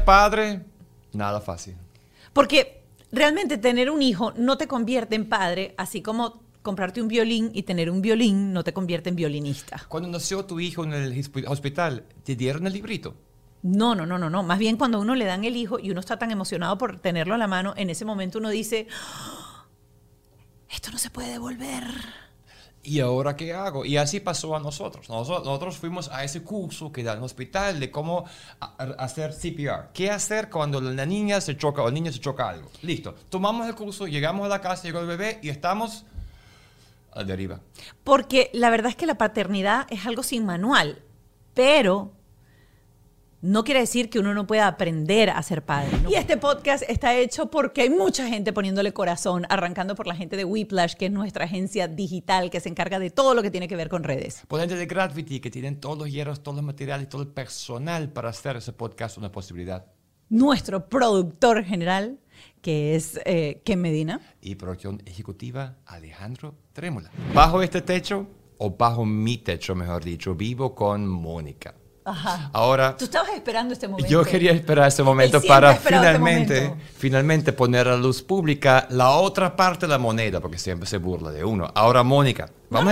padre, nada fácil. Porque realmente tener un hijo no te convierte en padre, así como comprarte un violín y tener un violín no te convierte en violinista. Cuando nació tu hijo en el hospital, ¿te dieron el librito? No. Más bien cuando a uno le dan el hijo y uno está tan emocionado por tenerlo a la mano, en ese momento uno dice, "Oh, esto no se puede devolver". ¿Y ahora qué hago? Y así pasó a nosotros. Nosotros fuimos a ese curso que da en el hospital de cómo hacer CPR. ¿Qué hacer cuando la niña se choca o el niño se choca algo? Listo. Tomamos el curso, llegamos a la casa, llegó el bebé y estamos a la deriva. Porque la verdad es que la paternidad es algo sin manual, pero no quiere decir que uno no pueda aprender a ser padre. Y este podcast está hecho porque hay mucha gente poniéndole corazón, arrancando por la gente de Whiplash, que es nuestra agencia digital que se encarga de todo lo que tiene que ver con redes. Por gente de Gravity, que tienen todos los hierros, todos los materiales, todo el personal para hacer ese podcast una posibilidad. Nuestro productor general, que es Ken Medina. Y producción ejecutiva, Alejandro Trémola. Bajo este techo, o bajo mi techo, mejor dicho, vivo con Mónica. Ajá. Ahora, tú estabas esperando este momento. Yo quería esperar este momento para finalmente poner a la luz pública la otra parte de la moneda, porque siempre se burla de uno. Ahora, Mónica, vamos a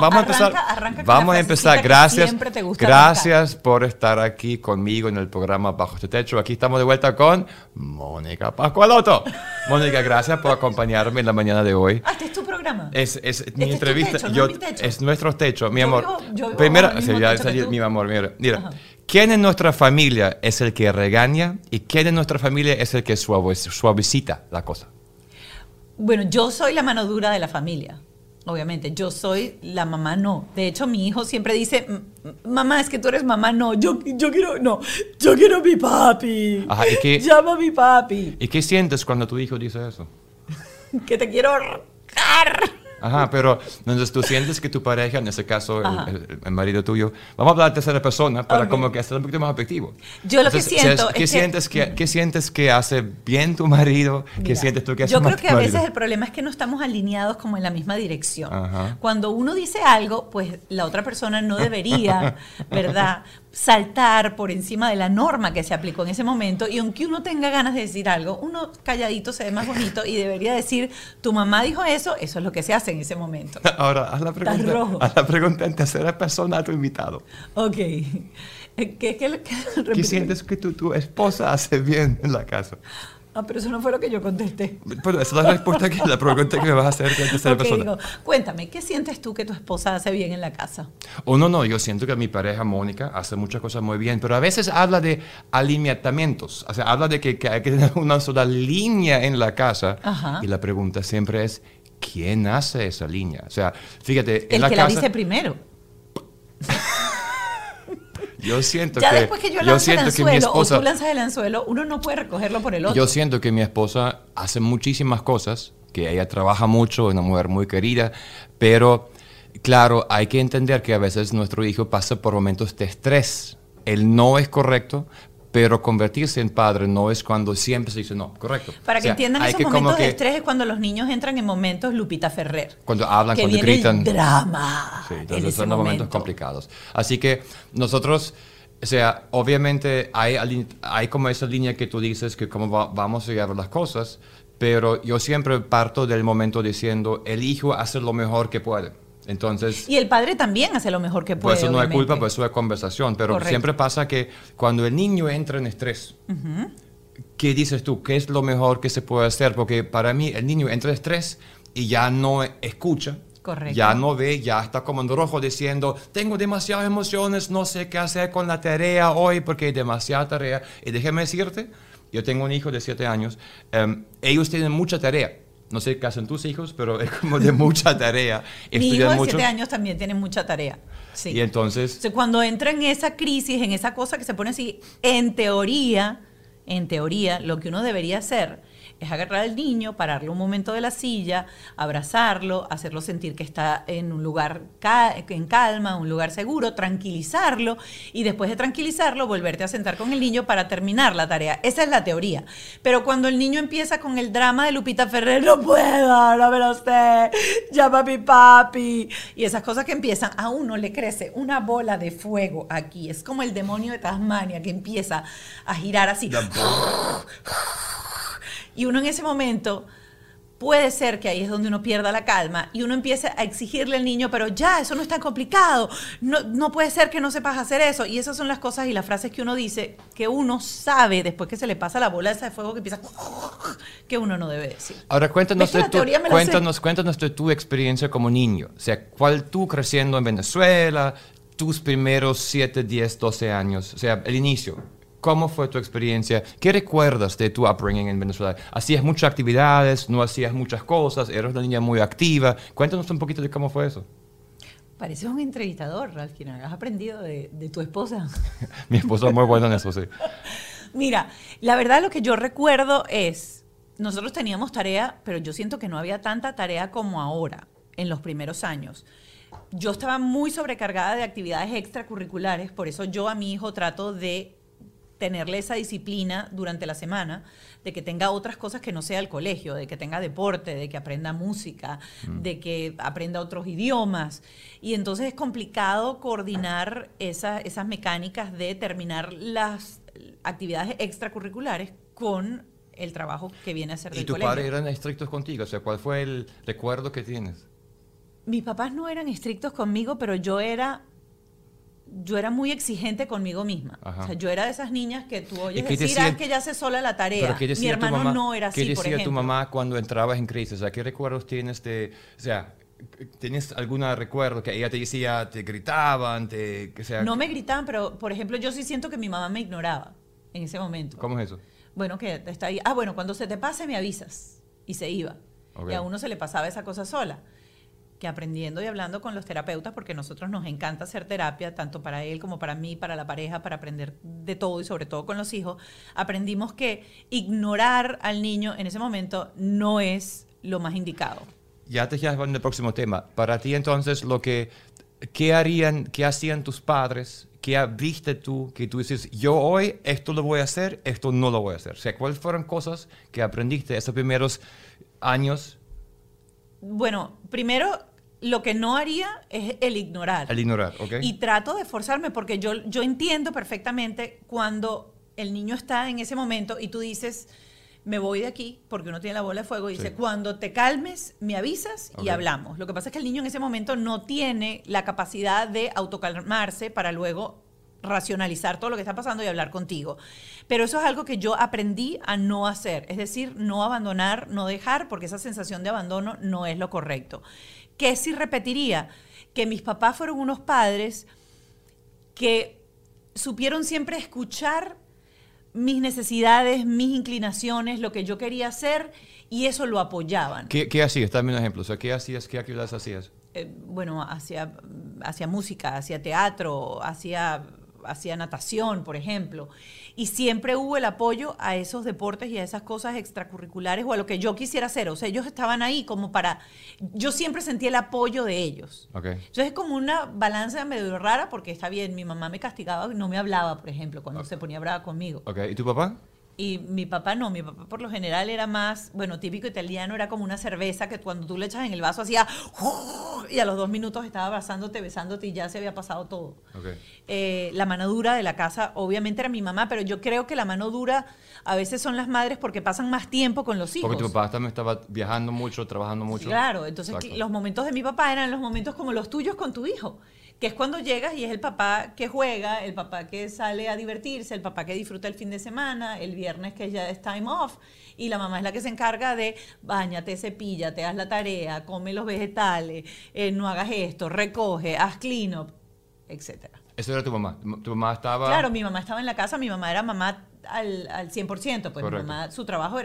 empezar. Gracias por estar aquí conmigo en el programa Bajo este Techo. Aquí estamos de vuelta con Mónica Pascualotto. Mónica, gracias por acompañarme en la mañana de hoy. Este es tu programa. Es mi entrevista. Tu techo, no mi techo. Es nuestro techo, mi amor. Yo vivo Primero, ya salí, mi amor, mira. ¿Quién en nuestra familia es el que regaña y quién en nuestra familia es el que suavecita la cosa? Bueno, yo soy la mano dura de la familia, obviamente. Yo soy la mamá no. De hecho, mi hijo siempre dice, mamá, es que tú eres mamá no. Yo quiero a mi papi. Ajá, Llama a mi papi. ¿Y qué sientes cuando tu hijo dice eso? Que te quiero ahorcar. Ajá, pero entonces tú sientes que tu pareja, en ese caso el marido tuyo, vamos a hablar de tercera persona para como que hacer un poquito más objetivo. Yo lo entonces, que siento ¿Qué sientes que hace bien tu marido? Mira, ¿Qué sientes tú que hace mal tu marido? Yo creo que a veces el problema es que no estamos alineados como en la misma dirección. Ajá. Cuando uno dice algo, pues la otra persona no debería, ¿verdad?, saltar por encima de la norma que se aplicó en ese momento, y aunque uno tenga ganas de decir algo, uno calladito se ve más bonito y debería decir, tu mamá dijo eso es lo que se hace en ese momento. Ahora, haz la pregunta en tercera persona a tu invitado. Ok. ¿Qué sientes que tu esposa hace bien en la casa? Pero eso no fue lo que yo contesté. Pero esa es la respuesta la pregunta que me vas a hacer en tercera persona. Digo, cuéntame, ¿qué sientes tú que tu esposa hace bien en la casa? No, yo siento que mi pareja Mónica hace muchas cosas muy bien, pero a veces habla de alineamientos, o sea, habla de que hay que tener una sola línea en la casa. Ajá. Y la pregunta siempre es, ¿quién hace esa línea? O sea, fíjate, en la casa... El que la dice primero. Yo siento ya que... después que yo lanzo el anzuelo, mi esposa, o tú lanzas el anzuelo, uno no puede recogerlo por el otro. Yo siento que mi esposa hace muchísimas cosas, que ella trabaja mucho, es una mujer muy querida, pero claro, hay que entender que a veces nuestro hijo pasa por momentos de estrés. Él no es correcto, pero convertirse en padre no es cuando siempre se dice no, correcto. Para que entiendan, esos momentos de estrés es cuando los niños entran en momentos Lupita Ferrer. Cuando hablan, cuando viene gritan. El drama. Sí, entonces son momentos complicados. Así que nosotros, o sea, obviamente hay como esa línea que tú dices que cómo vamos a llevar las cosas, pero yo siempre parto del momento diciendo, el hijo hace lo mejor que puede. Entonces, y el padre también hace lo mejor que puede. Pues eso no es culpa, pues eso es conversación. Pero correcto. Siempre pasa que cuando el niño entra en estrés, ¿qué dices tú? ¿Qué es lo mejor que se puede hacer? Porque para mí el niño entra en estrés y ya no escucha. Correcto. Ya no ve, ya está como en rojo diciendo, tengo demasiadas emociones, no sé qué hacer con la tarea hoy porque hay demasiada tarea. Y déjame decirte, yo tengo un hijo de 7 años, ellos tienen mucha tarea. No sé qué hacen tus hijos, pero es como de mucha tarea. Mi hijo de 7 años también tiene mucha tarea. Sí. Y entonces... Cuando entra en esa crisis, en esa cosa que se pone así, en teoría, lo que uno debería hacer Es agarrar al niño, pararlo un momento de la silla, abrazarlo, hacerlo sentir que está en un lugar en calma, un lugar seguro, tranquilizarlo y después de tranquilizarlo volverte a sentar con el niño para terminar la tarea. Esa es la teoría. Pero cuando el niño empieza con el drama de Lupita Ferrer, no puedo, no me lo sé, llama a mi papi, y esas cosas que empiezan, a uno le crece una bola de fuego aquí. Es como el demonio de Tasmania que empieza a girar así. Y uno en ese momento puede ser que ahí es donde uno pierda la calma y uno empieza a exigirle al niño, pero ya, eso no es tan complicado, no puede ser que no sepas hacer eso. Y esas son las cosas y las frases que uno dice, que uno sabe después que se le pasa la bola esa de fuego que empieza, que uno no debe decir. Ahora cuéntanos de tu experiencia como niño. O sea, ¿cuál tú creciendo en Venezuela, tus primeros 7, 10, 12 años? O sea, el inicio. ¿Cómo fue tu experiencia? ¿Qué recuerdas de tu upbringing en Venezuela? ¿Hacías muchas actividades? ¿No hacías muchas cosas? ¿Eras una niña muy activa? Cuéntanos un poquito de cómo fue eso. Pareces un entrevistador, Ralphine. ¿Has aprendido de tu esposa? Mi esposa es muy buena en eso, sí. Mira, la verdad lo que yo recuerdo es, nosotros teníamos tarea, pero yo siento que no había tanta tarea como ahora, en los primeros años. Yo estaba muy sobrecargada de actividades extracurriculares, por eso yo a mi hijo trato de tenerle esa disciplina durante la semana, de que tenga otras cosas que no sea el colegio, de que tenga deporte, de que aprenda música, de que aprenda otros idiomas. Y entonces es complicado coordinar esas mecánicas de terminar las actividades extracurriculares con el trabajo que viene a ser del colegio. ¿Y tu padre eran estrictos contigo? O sea, ¿cuál fue el recuerdo que tienes? Mis papás no eran estrictos conmigo, pero yo era muy exigente conmigo misma. Ajá. O sea, yo era de esas niñas que tú oyes decir, que ya hace sola la tarea. Mi hermano mamá, no era así, por ejemplo. ¿Qué decía tu mamá cuando entrabas en crisis? O sea, ¿qué recuerdos tienes de... O sea, ¿tienes algún recuerdo que ella te decía, te gritaban, que sea... No me gritaban, pero, por ejemplo, yo sí siento que mi mamá me ignoraba en ese momento. ¿Cómo es eso? Bueno, que está ahí. Bueno, cuando se te pase me avisas. Y se iba. Okay. Y a uno se le pasaba esa cosa sola. Que aprendiendo y hablando con los terapeutas, porque a nosotros nos encanta hacer terapia, tanto para él como para mí, para la pareja, para aprender de todo y sobre todo con los hijos, aprendimos que ignorar al niño en ese momento no es lo más indicado. Ya te quedas en el próximo tema. Para ti entonces, ¿qué hacían tus padres? ¿Qué viste tú? Que tú dices, yo hoy esto lo voy a hacer, esto no lo voy a hacer. O sea, ¿cuáles fueron cosas que aprendiste esos primeros años? Bueno, primero, lo que no haría es el ignorar. El ignorar, ok. Y trato de esforzarme porque yo entiendo perfectamente cuando el niño está en ese momento y tú dices, me voy de aquí, porque uno tiene la bola de fuego, y dice, cuando te calmes, me avisas y hablamos. Lo que pasa es que el niño en ese momento no tiene la capacidad de autocalmarse para luego racionalizar todo lo que está pasando y hablar contigo. Pero eso es algo que yo aprendí a no hacer, es decir, no abandonar, no dejar, porque esa sensación de abandono no es lo correcto. ¿Qué sí repetiría? Que mis papás fueron unos padres que supieron siempre escuchar mis necesidades, mis inclinaciones, lo que yo quería hacer, y eso lo apoyaban. ¿Qué hacías? Dame un ejemplo. O sea, ¿qué hacías? ¿Qué actividades hacías? Bueno, hacía música, hacía teatro, hacía natación, por ejemplo. Y siempre hubo el apoyo a esos deportes y a esas cosas extracurriculares o a lo que yo quisiera hacer. O sea, ellos estaban ahí como para... Yo siempre sentí el apoyo de ellos. Okay. Entonces es como una balanza medio rara porque está bien, mi mamá me castigaba y no me hablaba, por ejemplo, cuando se ponía brava conmigo. Okay. ¿Y tu papá? Y mi papá no, mi papá por lo general era más, bueno, típico italiano, era como una cerveza que cuando tú le echas en el vaso hacía y a los 2 minutos estaba abrazándote, besándote y ya se había pasado todo. Okay. La mano dura de la casa obviamente era mi mamá, pero yo creo que la mano dura a veces son las madres porque pasan más tiempo con los hijos. Porque tu papá también estaba viajando mucho, trabajando mucho. Claro, entonces los momentos de mi papá eran los momentos como los tuyos con tu hijo. Que es cuando llegas y es el papá que juega, el papá que sale a divertirse, el papá que disfruta el fin de semana, el viernes que ya es time off, y la mamá es la que se encarga de báñate, cepíllate, haz la tarea, come los vegetales, no hagas esto, recoge, haz clean up, etc. ¿Eso era tu mamá? ¿Tu mamá estaba...? Claro, mi mamá estaba en la casa, mi mamá era mamá al 100%, pues correcto. Mi mamá, su trabajo era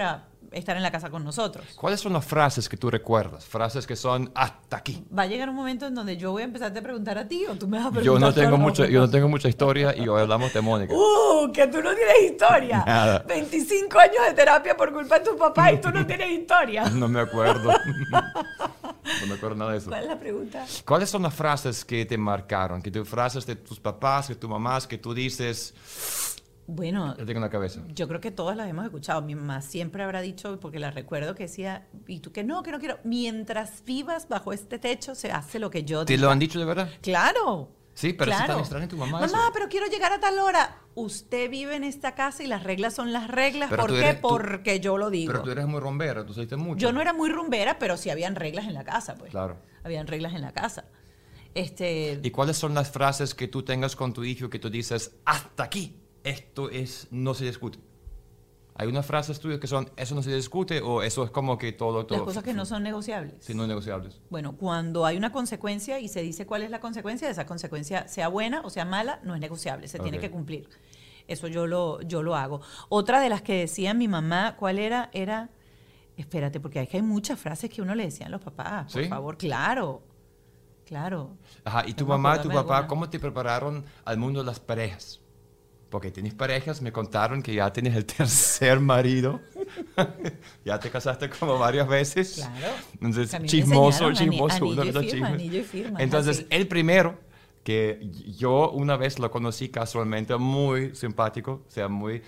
estar en la casa con nosotros. ¿Cuáles son las frases que tú recuerdas? Frases que son hasta aquí. Va a llegar un momento en donde yo voy a empezarte a preguntar a ti o tú me vas a preguntar. Yo no tengo mucha historia y hoy hablamos de Mónica. Que tú no tienes historia. Nada. 25 años de terapia por culpa de tu papá y tú no tienes historia. No me acuerdo. No me acuerdo nada de eso. ¿Cuál es la pregunta? ¿Cuáles son las frases que te marcaron? Frases de tus papás, de tu mamás, que tú dices... Bueno, Yo tengo en la cabeza. yo creo que todas las hemos escuchado. Mi mamá siempre habrá dicho, porque la recuerdo, que decía, y tú que no quiero. Mientras vivas bajo este techo, se hace lo que yo ¿Te diga. lo han dicho de verdad? Claro. Sí, pero claro. es tan extraño tu mamá. Mamá, eso. pero quiero llegar a tal hora. Usted vive en esta casa y las reglas son las reglas. Pero ¿Por tú qué? eres- tú- Porque yo lo digo. Pero tú eres muy rombera, tú saliste mucho. Yo no era muy rumbera, pero sí habían reglas en la casa, pues. Claro. Habían reglas en la casa. ¿Y cuáles son las frases que tú tengas con tu hijo que tú dices, hasta aquí, no se discute? ¿Hay unas frases tuyas que son, eso no se discute o eso es como que todo? Las cosas que no son negociables. Sí, no negociables. Bueno, cuando hay una consecuencia y se dice cuál es la consecuencia, esa consecuencia sea buena o sea mala, no es negociable, se tiene que cumplir. Eso yo lo hago. Otra de las que decía mi mamá, ¿cuál era? Era, espérate, porque hay muchas frases que uno le decía a los papás, por ¿Sí? favor, claro. Ajá, ¿y tu Vamos a mamá y tu acordarme papá alguna. cómo te prepararon al mundo de las parejas? Porque tienes parejas, me contaron que ya tienes el tercer marido. Ya te casaste como varias veces. Claro. Entonces, A mí me chismoso, enseñaron uno de los anillo y firma. Entonces, Así. el primero, que yo una vez lo conocí casualmente, muy simpático, o sea,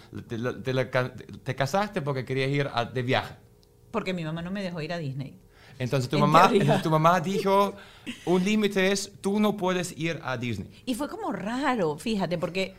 te casaste porque querías ir de viaje. Porque mi mamá no me dejó ir a Disney. Entonces tu En teoría. mamá dijo, un límite es, tú no puedes ir a Disney. Y fue como raro, fíjate, porque...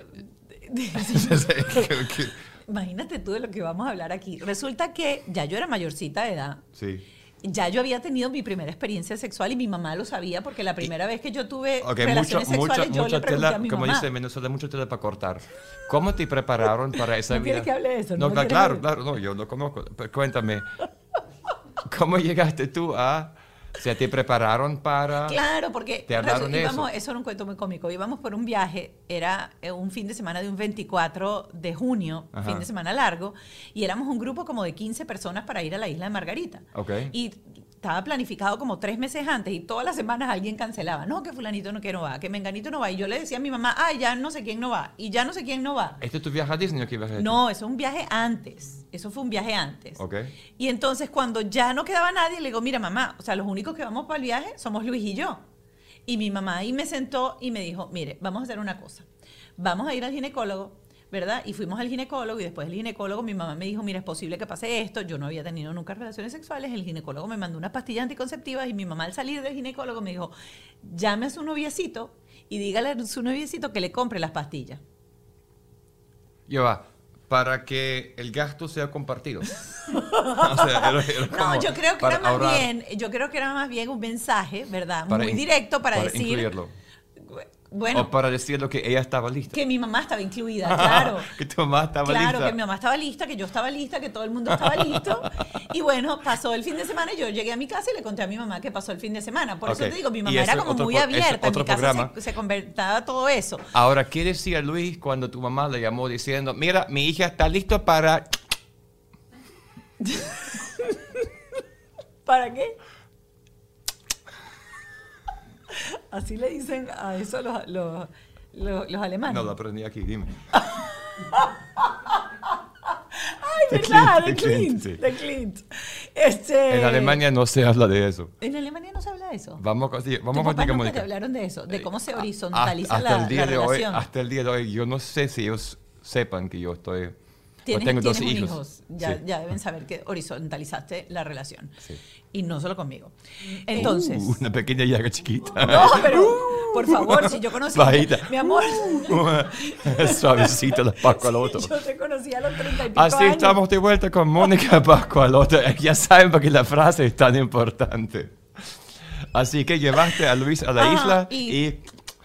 Imagínate tú de lo que vamos a hablar aquí. Resulta que ya yo era mayorcita de edad. Sí. Ya yo había tenido mi primera experiencia sexual y mi mamá lo sabía porque la primera vez que yo tuve Ok, relaciones sexuales yo le pregunté tela, a mi como mamá. dice en Venezuela, mucha tela para cortar. ¿Cómo te prepararon para esa ¿No vida? quieres que hable de eso? No, ¿No quieres claro, hablar? no, yo lo conozco. Pero cuéntame, ¿cómo llegaste tú a... O sea, te prepararon para... Claro, porque ¿Te hablaron de íbamos, eso? eso era un cuento muy cómico. Íbamos por un viaje, era un fin de semana de un 24 de junio, Ajá. fin de semana largo, y éramos un grupo como de 15 personas para ir a la isla de Margarita. Ok. Y estaba planificado como 3 meses antes y todas las semanas alguien cancelaba. No, que fulanito no, que no va, que menganito no va. Y yo le decía a mi mamá, ya no sé quién no va, y ya no sé quién no va. ¿Este es tu viaje a Disney o qué viaje? No, eso es un viaje antes. Eso fue un viaje antes. Ok. Y entonces cuando ya no quedaba nadie, le digo, mira mamá, o sea, los únicos que vamos para el viaje somos Luis y yo. Y mi mamá ahí me sentó y me dijo, mire, vamos a hacer una cosa. Vamos a ir al ginecólogo, ¿verdad? Y fuimos al ginecólogo y después del ginecólogo mi mamá me dijo, mira, es posible que pase esto. Yo no había tenido nunca relaciones sexuales. El ginecólogo me mandó unas pastillas anticonceptivas y mi mamá al salir del ginecólogo me dijo, llame a su noviecito y dígale a su noviecito que le compre las pastillas. Ya va, para que el gasto sea compartido. O sea, era No, como yo creo que para era más ahorrar, bien, yo creo que era más bien un mensaje, ¿verdad? para Muy in- directo para decir, incluirlo. bueno, O para decirlo que ella estaba lista. que mi mamá estaba incluida, claro. Que tu mamá estaba Claro, lista. que mi mamá estaba lista, que yo estaba lista, que todo el mundo estaba listo. Y bueno, pasó el fin de semana y yo llegué a mi casa y le conté a mi mamá que pasó el fin de semana. Por Ok. eso te digo, mi Y mamá ese era como otro muy pro- abierta. ese En mi otro casa programa. se convertaba todo eso. Ahora, ¿qué decía Luis cuando tu mamá le llamó diciendo, mira, mi hija está lista para... ¿Para qué? Así le dicen a eso los alemanes. No, lo aprendí aquí, dime. Ay, de ¿verdad? Clint, De de Clint. Clint, sí. De Clint. En Alemania no se habla de eso. En Alemania no se habla de eso. Vamos ¿Tus contigo, papás nunca te Mónica. hablaron de eso? De cómo se Ah, horizontaliza hasta la el día de hoy, relación. hasta el día de hoy, yo no sé si ellos sepan que yo estoy... Tienes, tengo dos tienes un hijos. hijo. Ya, Sí. ya deben saber que horizontalizaste la relación. Sí. Y no solo conmigo. Entonces... Una pequeña llaga chiquita. No, pero por favor, si yo conocí... Bajita. Mi amor, Suavecito la Pascualoto. yo te conocí a los 30 y pico Así años. estamos de vuelta con Mónica Pascualoto. Ya saben por qué la frase es tan importante. Así que llevaste a Luis a la isla y...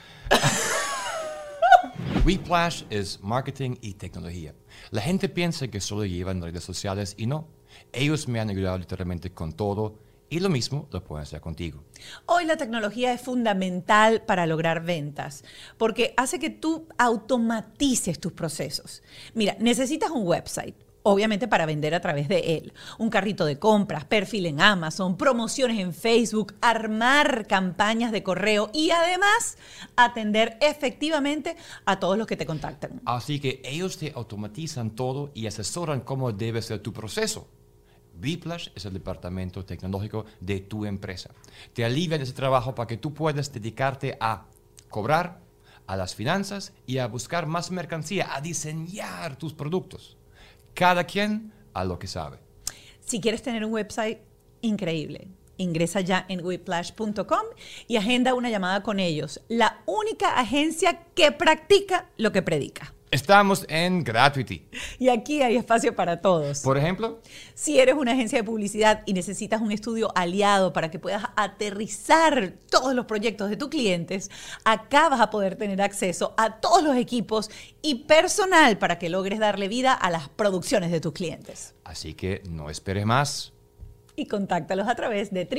Whiplash es marketing y tecnología. La gente piensa que solo llevan redes sociales y no. Ellos me han ayudado literalmente con todo y lo mismo lo pueden hacer contigo. Hoy la tecnología es fundamental para lograr ventas porque hace que tú automatices tus procesos. Mira, necesitas un website. obviamente para vender a través de él. Un carrito de compras, perfil en Amazon, promociones en Facebook, armar campañas de correo y además atender efectivamente a todos los que te contactan. Así que ellos te automatizan todo y asesoran cómo debe ser tu proceso. Whiplash es el departamento tecnológico de tu empresa. Te alivian ese trabajo para que tú puedas dedicarte a cobrar, a las finanzas y a buscar más mercancía, a diseñar tus productos. Cada quien a lo que sabe. Si quieres tener un website increíble, ingresa ya en whiplash.com y agenda una llamada con ellos. La única agencia que practica lo que predica. Estamos en Gratuity. Y aquí hay espacio para todos. Por ejemplo, si eres una agencia de publicidad y necesitas un estudio aliado para que puedas aterrizar todos los proyectos de tus clientes, acá vas a poder tener acceso a todos los equipos y personal para que logres darle vida a las producciones de tus clientes. Así que no esperes más. Y contáctalos a través de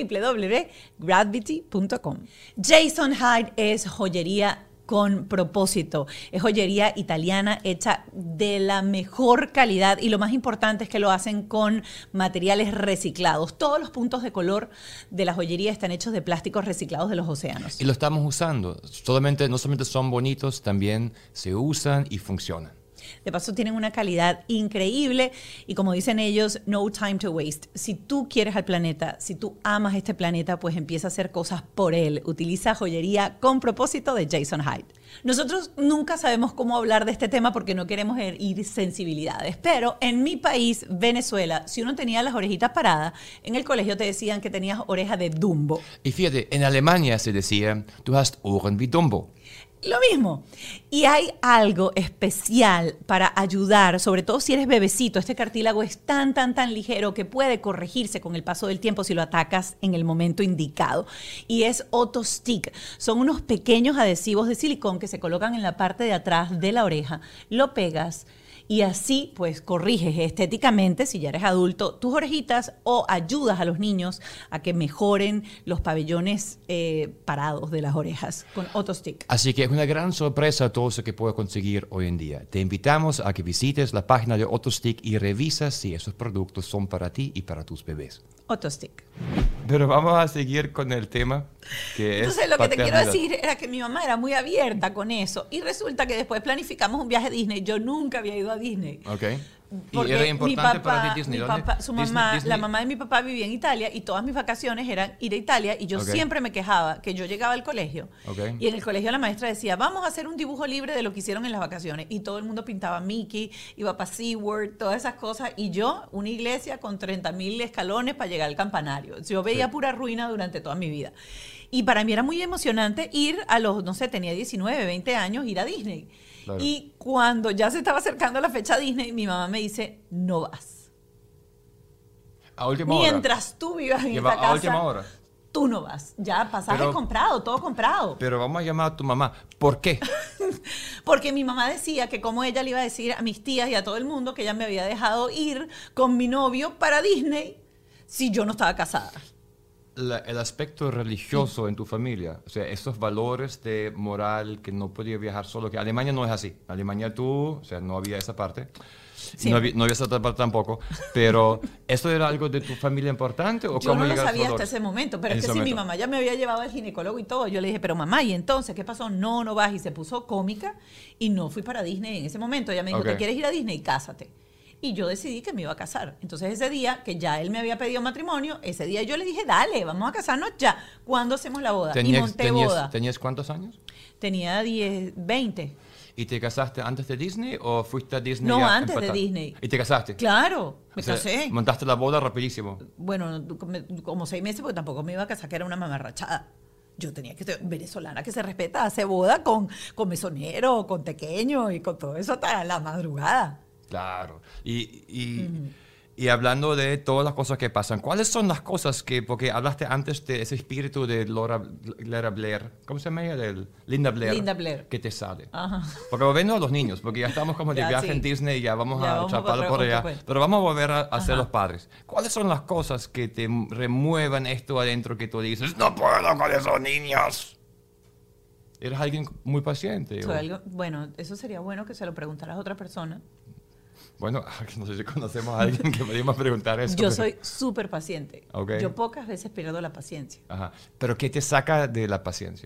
www.gravity.com. Jason Hyde es joyería con propósito. Es joyería italiana hecha de la mejor calidad y lo más importante es que lo hacen con materiales reciclados. Todos los puntos de color de la joyería están hechos de plásticos reciclados de los océanos. Y lo estamos usando. No solamente son bonitos, también se usan y funcionan. De paso tienen una calidad increíble y como dicen ellos, no time to waste. Si tú quieres al planeta, si tú amas este planeta, pues empieza a hacer cosas por él. Utiliza joyería con propósito de Jason Hyde. Nosotros nunca sabemos cómo hablar de este tema porque no queremos herir sensibilidades, pero en mi país, Venezuela, si uno tenía las orejitas paradas, en el colegio te decían que tenías oreja de Dumbo. Y fíjate, en Alemania se decía, du hast Ohren wie Dumbo. Lo mismo. Y hay algo especial para ayudar, sobre todo si eres bebecito. Este cartílago es tan ligero que puede corregirse con el paso del tiempo si lo atacas en el momento indicado. Y es Otostick. Son unos pequeños adhesivos de silicón que se colocan en la parte de atrás de la oreja. Lo pegas y así pues corriges estéticamente, si ya eres adulto, tus orejitas o ayudas a los niños a que mejoren los pabellones parados de las orejas con Otostick. Así que es una gran sorpresa todo eso que puedes conseguir hoy en día. Te invitamos a que visites la página de Otostick y revisas si esos productos son para ti y para tus bebés. Otostick. Pero vamos a seguir con el tema que Entonces, es lo que te paternidad. quiero decir era que mi mamá era muy abierta con eso y resulta que después planificamos un viaje a Disney. Yo nunca había ido a Disney. Ok. ¿Y Porque era importante para ti Disney? mi ¿Dónde? papá, su mamá, Disney. la mamá de mi papá vivía en Italia y todas mis vacaciones eran ir a Italia y yo Ok. siempre me quejaba que yo llegaba al colegio Ok. y en el colegio la maestra decía, vamos a hacer un dibujo libre de lo que hicieron en las vacaciones y todo el mundo pintaba Mickey, iba para SeaWorld, todas esas cosas y yo, una iglesia con 30,000 escalones para llegar al campanario. Yo veía Sí. pura ruina durante toda mi vida. Y para mí era muy emocionante ir a los, no sé, tenía 19, 20 años, ir a Disney. Claro. Y cuando ya se estaba acercando la fecha Disney, mi mamá me dice, no vas. A última hora. Mientras tú vivas en Lleva esta casa, a última hora. tú no vas. Ya pasaje Pero- comprado, todo comprado. Pero vamos a llamar a tu mamá. ¿Por qué? Porque mi mamá decía que como ella le iba a decir a mis tías y a todo el mundo que ella me había dejado ir con mi novio para Disney si yo no estaba casada. El aspecto religioso en tu familia, o sea, esos valores de moral que no podía viajar solo, que Alemania no es así. Alemania tú, o sea, no había esa parte. Sí. No había esa otra parte tampoco. Pero, ¿eso era algo de tu familia importante o Yo cómo no lo llegaste a sabía esos hasta valores? ese momento, pero En es que ese si mi momento. mamá ya me había llevado al ginecólogo y todo, yo le dije, pero mamá, ¿y entonces qué pasó? No, no vas. Y se puso cómica y no fui para Disney en ese momento. Ella me dijo, Ok. ¿te quieres ir a Disney? Cásate. Y yo decidí que me iba a casar. Entonces ese día, que ya él me había pedido matrimonio, ese día yo le dije, dale, vamos a casarnos ya. ¿Cuándo hacemos la boda? Y monté boda. ¿Tenías cuántos años? Tenía 10, 20. ¿Y te casaste antes de Disney o fuiste a Disney? No, ya antes de empezar? Disney. ¿Y te casaste? Claro, me O sea, casé. Montaste la boda rapidísimo. Bueno, como 6 meses, porque tampoco me iba a casar, que era una mamarrachada. Yo tenía que ser venezolana que se respeta, hace boda con mesonero, con tequeño y con todo eso hasta la madrugada. Claro. Y hablando de todas las cosas que pasan, ¿cuáles son las cosas que, porque hablaste antes de ese espíritu de Laura Blair, ¿cómo se llama ella? Linda Blair. Linda Blair. Que te sale. Ajá. Porque volviendo a los niños, porque ya estamos como de Ya, viaje sí. en Disney, ya vamos Ya a vamos chaparlo para por otro allá, cuento. pero vamos a volver a ser Ajá. los padres. ¿Cuáles son las cosas que te remuevan esto adentro que tú dices, no puedo con esos niños? ¿Eres alguien muy paciente? Bueno, eso sería bueno que se lo preguntaras a otra persona. Bueno, no sé si conocemos a alguien que podríamos preguntar eso. Yo soy súper paciente. Okay. Yo pocas veces pierdo la paciencia. Ajá. ¿Pero qué te saca de la paciencia?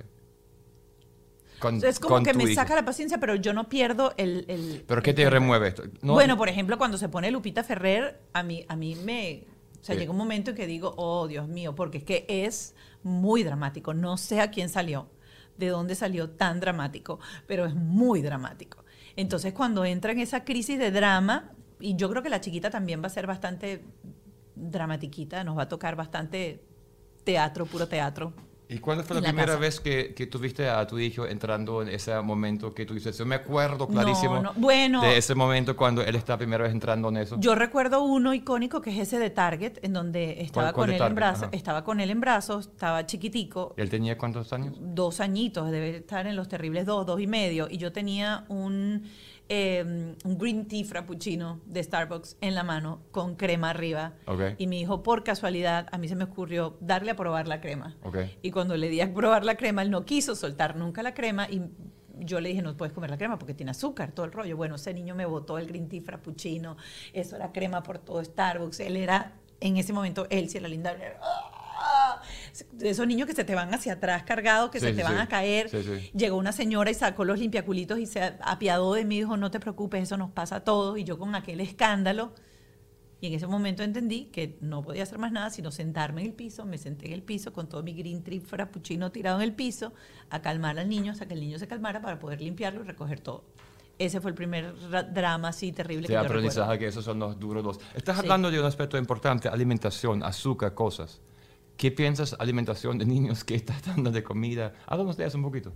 Es como que me hijo. saca la paciencia, pero yo no pierdo el ¿Pero qué te remueve esto? No, bueno, por ejemplo, cuando se pone Lupita Ferrer, a mí me... O sea, Sí. llega un momento en que digo, oh, Dios mío, porque es que es muy dramático. No sé a quién salió, de dónde salió tan dramático, pero es muy dramático. Entonces, cuando entra en esa crisis de drama, y yo creo que la chiquita también va a ser bastante dramatiquita, nos va a tocar bastante teatro, puro teatro. ¿Y cuándo fue la primera vez que tuviste a tu hijo entrando en ese momento que tú dices? Yo me acuerdo clarísimo Bueno, de ese momento cuando él está primera vez entrando en eso. Yo recuerdo uno icónico que es ese de Target, en donde estaba ¿Cuál con de él Target? en brazos, Ajá. estaba con él en brazos, estaba chiquitico, ¿Él tenía cuántos años? 2 añitos, debe estar en los terribles 2 y medio, y yo tenía un green tea frappuccino de Starbucks en la mano con crema arriba. Okay. Y mi hijo, por casualidad, a mí se me ocurrió darle a probar la crema. Okay. Y cuando le di a probar la crema, él no quiso soltar nunca la crema y yo le dije, no puedes comer la crema porque tiene azúcar, todo el rollo. Bueno, ese niño me botó el green tea frappuccino, eso era crema por todo Starbucks. Él era, en ese momento, él sí era linda. De esos niños que se te van hacia atrás cargados, que Sí, se te sí, van sí. a caer. Sí, sí. Llegó una señora y sacó los limpiaculitos y se apiadó de mí y dijo, no te preocupes, eso nos pasa a todos. Y yo con aquel escándalo, y en ese momento entendí que no podía hacer más nada sino sentarme en el piso. Me senté en el piso con todo mi green tea frappuccino tirado en el piso, a calmar al niño hasta que el niño se calmara para poder limpiarlo y recoger todo. Ese fue el primer drama así terrible que yo aprendizaje, recuerdo. que esos son los duros. Estás Sí. hablando de un aspecto importante, alimentación, azúcar, cosas. ¿Qué piensas alimentación de niños que estás dando de comida? Háblanos de eso un poquito.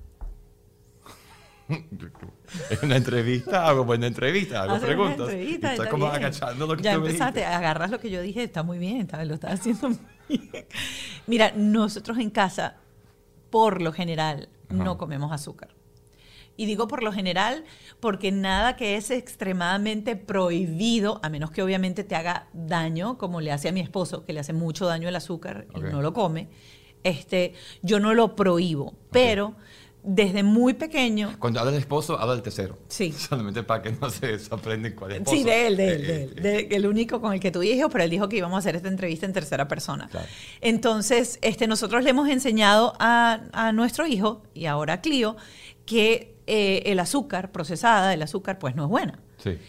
¿Es una entrevista? ¿Hago buena entrevista? ¿Hago Hacer preguntas? una entrevista, Está está como bien. agachando lo que ya tú me empezaste, dijiste. agarras lo que yo dije, está muy bien, lo estás haciendo muy bien. Mira, nosotros en casa, por lo general, Ajá. no comemos azúcar. Y digo por lo general porque nada que es extremadamente prohibido, a menos que obviamente te haga daño, como le hace a mi esposo, que le hace mucho daño el azúcar y Ok. no lo come, yo no lo prohíbo. Pero desde muy pequeño... Cuando habla del esposo, habla del tercero. Sí. Solamente para que no se sorprenden cuál es el esposo. Sí, de él, el único con el que tú dijo, pero él dijo que íbamos a hacer esta entrevista en tercera persona. Claro. Entonces, nosotros le hemos enseñado a nuestro hijo, y ahora a Clio, que el azúcar procesada, el azúcar, pues no es buena. Sí.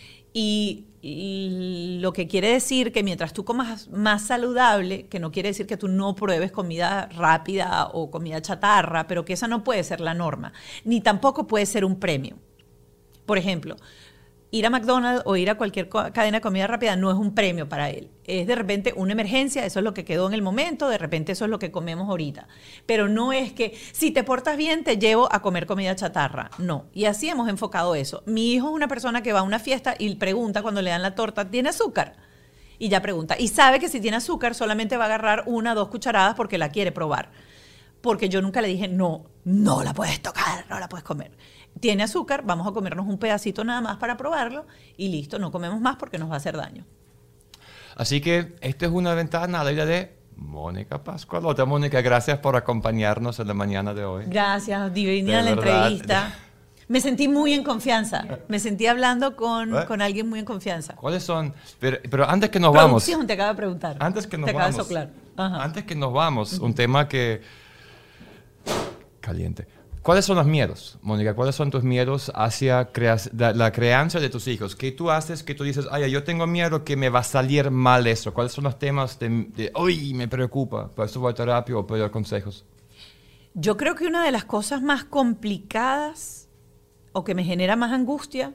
Y lo que quiere decir que mientras tú comas más saludable, que no quiere decir que tú no pruebes comida rápida o comida chatarra, pero que esa no puede ser la norma, ni tampoco puede ser un premio. Por ejemplo, ir a McDonald's o ir a cualquier cadena de comida rápida no es un premio para él. Es de repente una emergencia, eso es lo que quedó en el momento, de repente eso es lo que comemos ahorita. Pero no es que si te portas bien te llevo a comer comida chatarra. No. Y así hemos enfocado eso. Mi hijo es una persona que va a una fiesta y pregunta cuando le dan la torta, ¿tiene azúcar? Y ya pregunta. Y sabe que si tiene azúcar solamente va a agarrar 1 o 2 cucharadas porque la quiere probar. Porque yo nunca le dije, no la puedes tocar, no la puedes comer. Tiene azúcar, vamos a comernos un pedacito nada más para probarlo y listo, no comemos más porque nos va a hacer daño. Así que esta es una ventana a la vida de Mónica Pascualota. Mónica, gracias por acompañarnos en la mañana de hoy. Gracias, divina De la verdad. entrevista. Me sentí muy en confianza, me sentí hablando con alguien muy en confianza. ¿Cuáles son? Pero antes que nos vamos, Producción te acaba de preguntar. antes que nos te acaba de vamos, soplar. Ajá. antes que nos vamos, un tema que caliente. ¿Cuáles son los miedos, Mónica? ¿Cuáles son tus miedos hacia la crianza de tus hijos? ¿Qué tú haces que tú dices, ay, yo tengo miedo que me va a salir mal eso? ¿Cuáles son los temas de uy, me preocupa? Por eso voy a terapia o pedir consejos. Yo creo que una de las cosas más complicadas o que me genera más angustia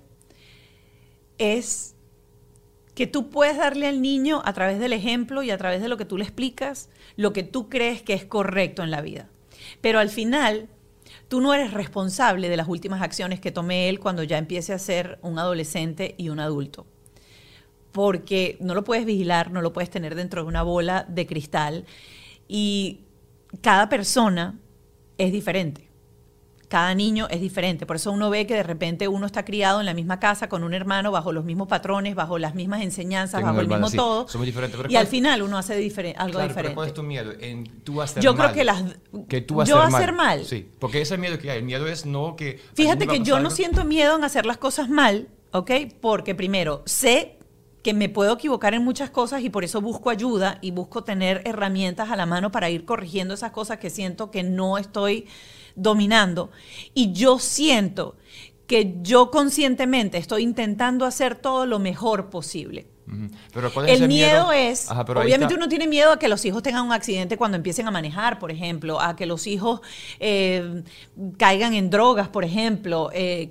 es que tú puedes darle al niño a través del ejemplo y a través de lo que tú le explicas lo que tú crees que es correcto en la vida. Pero al final, tú no eres responsable de las últimas acciones que tome él cuando ya empiece a ser un adolescente y un adulto. Porque no lo puedes vigilar, no lo puedes tener dentro de una bola de cristal y cada persona es diferente. Cada niño es diferente, por eso uno ve que de repente uno está criado en la misma casa con un hermano bajo los mismos patrones, bajo las mismas enseñanzas, Tengo bajo el una mismo hermana, sí. todo. Somos diferentes, pero Y al final uno hace algo Claro, diferente. pero ¿cuál es tu miedo? En tú hacer Yo mal. creo que tú yo hacer mal. Sí, porque ese miedo que hay, el miedo es no que... Fíjate ¿algún día que va a yo pasar no algo? siento miedo en hacer las cosas mal, ¿ok? Porque primero, sé que me puedo equivocar en muchas cosas y por eso busco ayuda y busco tener herramientas a la mano para ir corrigiendo esas cosas que siento que no estoy dominando. Y yo siento que yo conscientemente estoy intentando hacer todo lo mejor posible. Pero ¿cuál es el ese miedo es, Ajá, pero obviamente uno tiene miedo a que los hijos tengan un accidente cuando empiecen a manejar, por ejemplo, a que los hijos caigan en drogas, por ejemplo,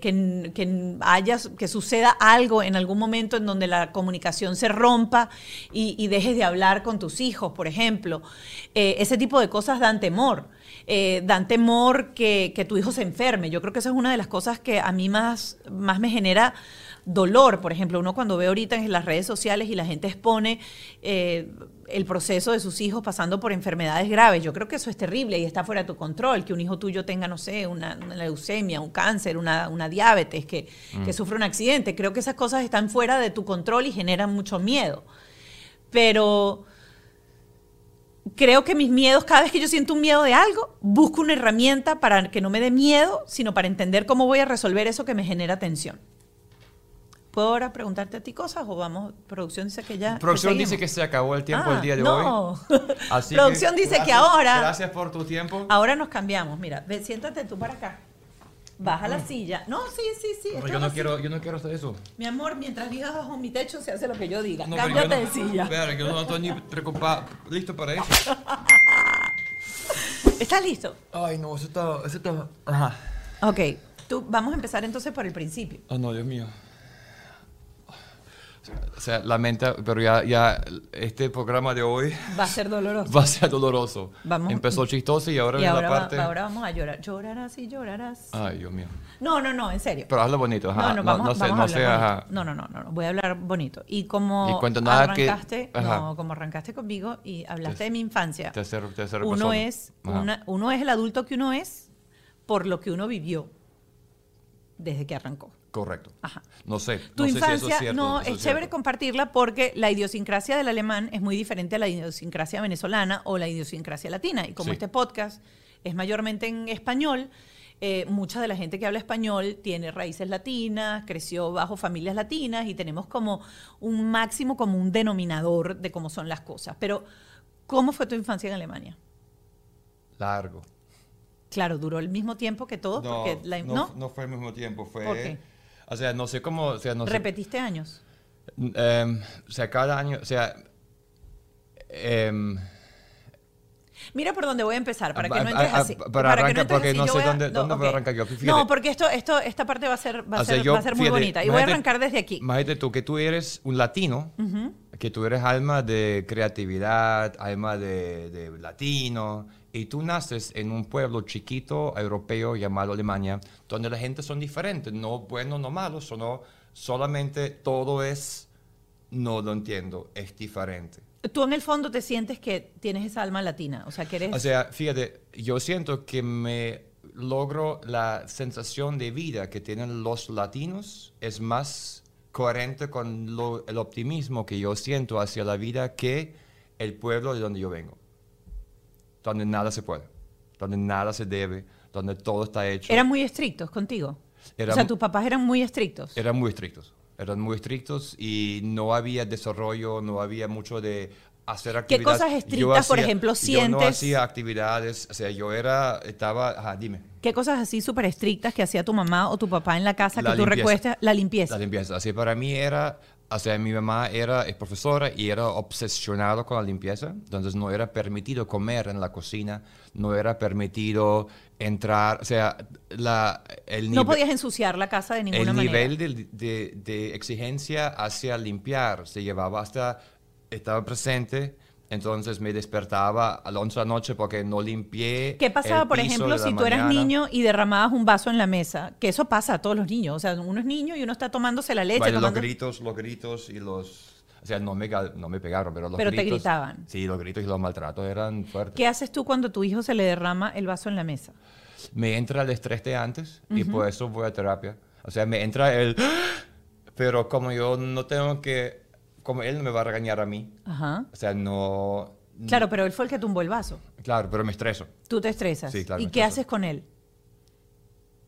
que suceda algo en algún momento en donde la comunicación se rompa y dejes de hablar con tus hijos, por ejemplo. Ese tipo de cosas dan temor. Dan temor que tu hijo se enferme. Yo creo que esa es una de las cosas que a mí más me genera dolor. Por ejemplo, uno cuando ve ahorita en las redes sociales y la gente expone el proceso de sus hijos pasando por enfermedades graves, yo creo que eso es terrible y está fuera de tu control, que un hijo tuyo tenga, no sé, una leucemia, un cáncer, una diabetes, que sufra un accidente. Creo que esas cosas están fuera de tu control y generan mucho miedo. Pero creo que mis miedos, cada vez que yo siento un miedo de algo, busco una herramienta para que no me dé miedo, sino para entender cómo voy a resolver eso que me genera tensión. ¿Puedo ahora preguntarte a ti cosas o vamos? Producción dice que ya... Producción dice que se acabó el tiempo el día de hoy. Así Producción dice que ahora... Gracias por tu tiempo. Ahora nos cambiamos. Mira, siéntate tú para acá. Baja la silla. No, sí. No, yo no quiero hacer eso. Mi amor, mientras vivas bajo mi techo se hace lo que yo diga. No, cámbiate de silla. Espera, yo no estoy ni preocupado. ¿Listo para eso? ¿Estás listo? Ay, no, eso está... Ajá. Ok. Vamos a empezar entonces por el principio. Oh, no, Dios mío. O sea, lamenta, pero ya este programa de hoy va a ser doloroso. Va a ser doloroso. Empezó chistoso y ahora viene la parte... ahora vamos a llorar. Llorarás y llorarás. Ay, Dios mío. No, en serio. Pero hazlo bonito. Ajá. Vamos a hablar bonito. No. Voy a hablar bonito. Y como arrancaste conmigo y hablaste de mi infancia, uno es el adulto que uno es por lo que uno vivió desde que arrancó. Correcto. Ajá. No sé. Tu infancia, si eso es cierto. no, es chévere compartirla porque la idiosincrasia del alemán es muy diferente a la idiosincrasia venezolana o la idiosincrasia latina. Y como este podcast es mayormente en español, mucha de la gente que habla español tiene raíces latinas, creció bajo familias latinas y tenemos como un máximo común denominador de cómo son las cosas. Pero, ¿cómo fue tu infancia en Alemania? Largo. Claro, duró el mismo tiempo que todos. No fue el mismo tiempo. Fue... ¿Por qué? O sea, no sé cómo... O sea, no ¿repetiste años? O sea, cada año... O sea... Mira por dónde voy a empezar, para que no entres así. Porque no sé dónde voy a arrancar yo. Fíjate. No, porque esta parte va a ser muy bonita. Y voy a arrancar desde aquí. Imagínate tú que tú eres un latino, que tú eres alma de creatividad, alma de latino, y tú naces en un pueblo chiquito europeo llamado Alemania, donde la gente son diferentes, no buenos, no malos, sino solamente todo es, no lo entiendo, es diferente. Tú en el fondo te sientes que tienes esa alma latina, o sea, que eres... O sea, fíjate, yo siento que me logro la sensación de vida que tienen los latinos, es más coherente con el optimismo que yo siento hacia la vida que el pueblo de donde yo vengo. Donde nada se puede, donde nada se debe, donde todo está hecho. ¿Eran muy estrictos contigo? O sea, tus papás eran muy estrictos. Eran muy estrictos y no había desarrollo, no había mucho de hacer actividades. ¿Qué cosas estrictas, por ejemplo, sientes? Yo no hacía actividades, o sea, dime. ¿Qué cosas así súper estrictas que hacía tu mamá o tu papá en la casa que tú recuestas? La limpieza. La limpieza, así para mí era... O sea, mi mamá es profesora y era obsesionada con la limpieza, entonces no era permitido comer en la cocina, no era permitido entrar, o sea, no podías ensuciar la casa de ninguna manera. El nivel de exigencia hacia limpiar se llevaba estaba presente, entonces me despertaba a las 11 de la noche porque no limpié. ¿Qué pasaba, por ejemplo, si tú eras niño y derramabas un vaso en la mesa? Que eso pasa a todos los niños. O sea, uno es niño y uno está tomándose la leche. Bueno, los gritos y los... O sea, no me pegaron, pero los gritos... Pero te gritaban. Sí, los gritos y los maltratos eran fuertes. ¿Qué haces tú cuando tu hijo se le derrama el vaso en la mesa? Me entra el estrés de antes y por eso voy a terapia. O sea, me entra el... Pero como yo no tengo que... Como él no me va a regañar a mí. Ajá. O sea, no... Claro, pero él fue el que tumbó el vaso. Claro, pero me estreso. Tú te estresas. Sí, claro. ¿Y qué haces con él?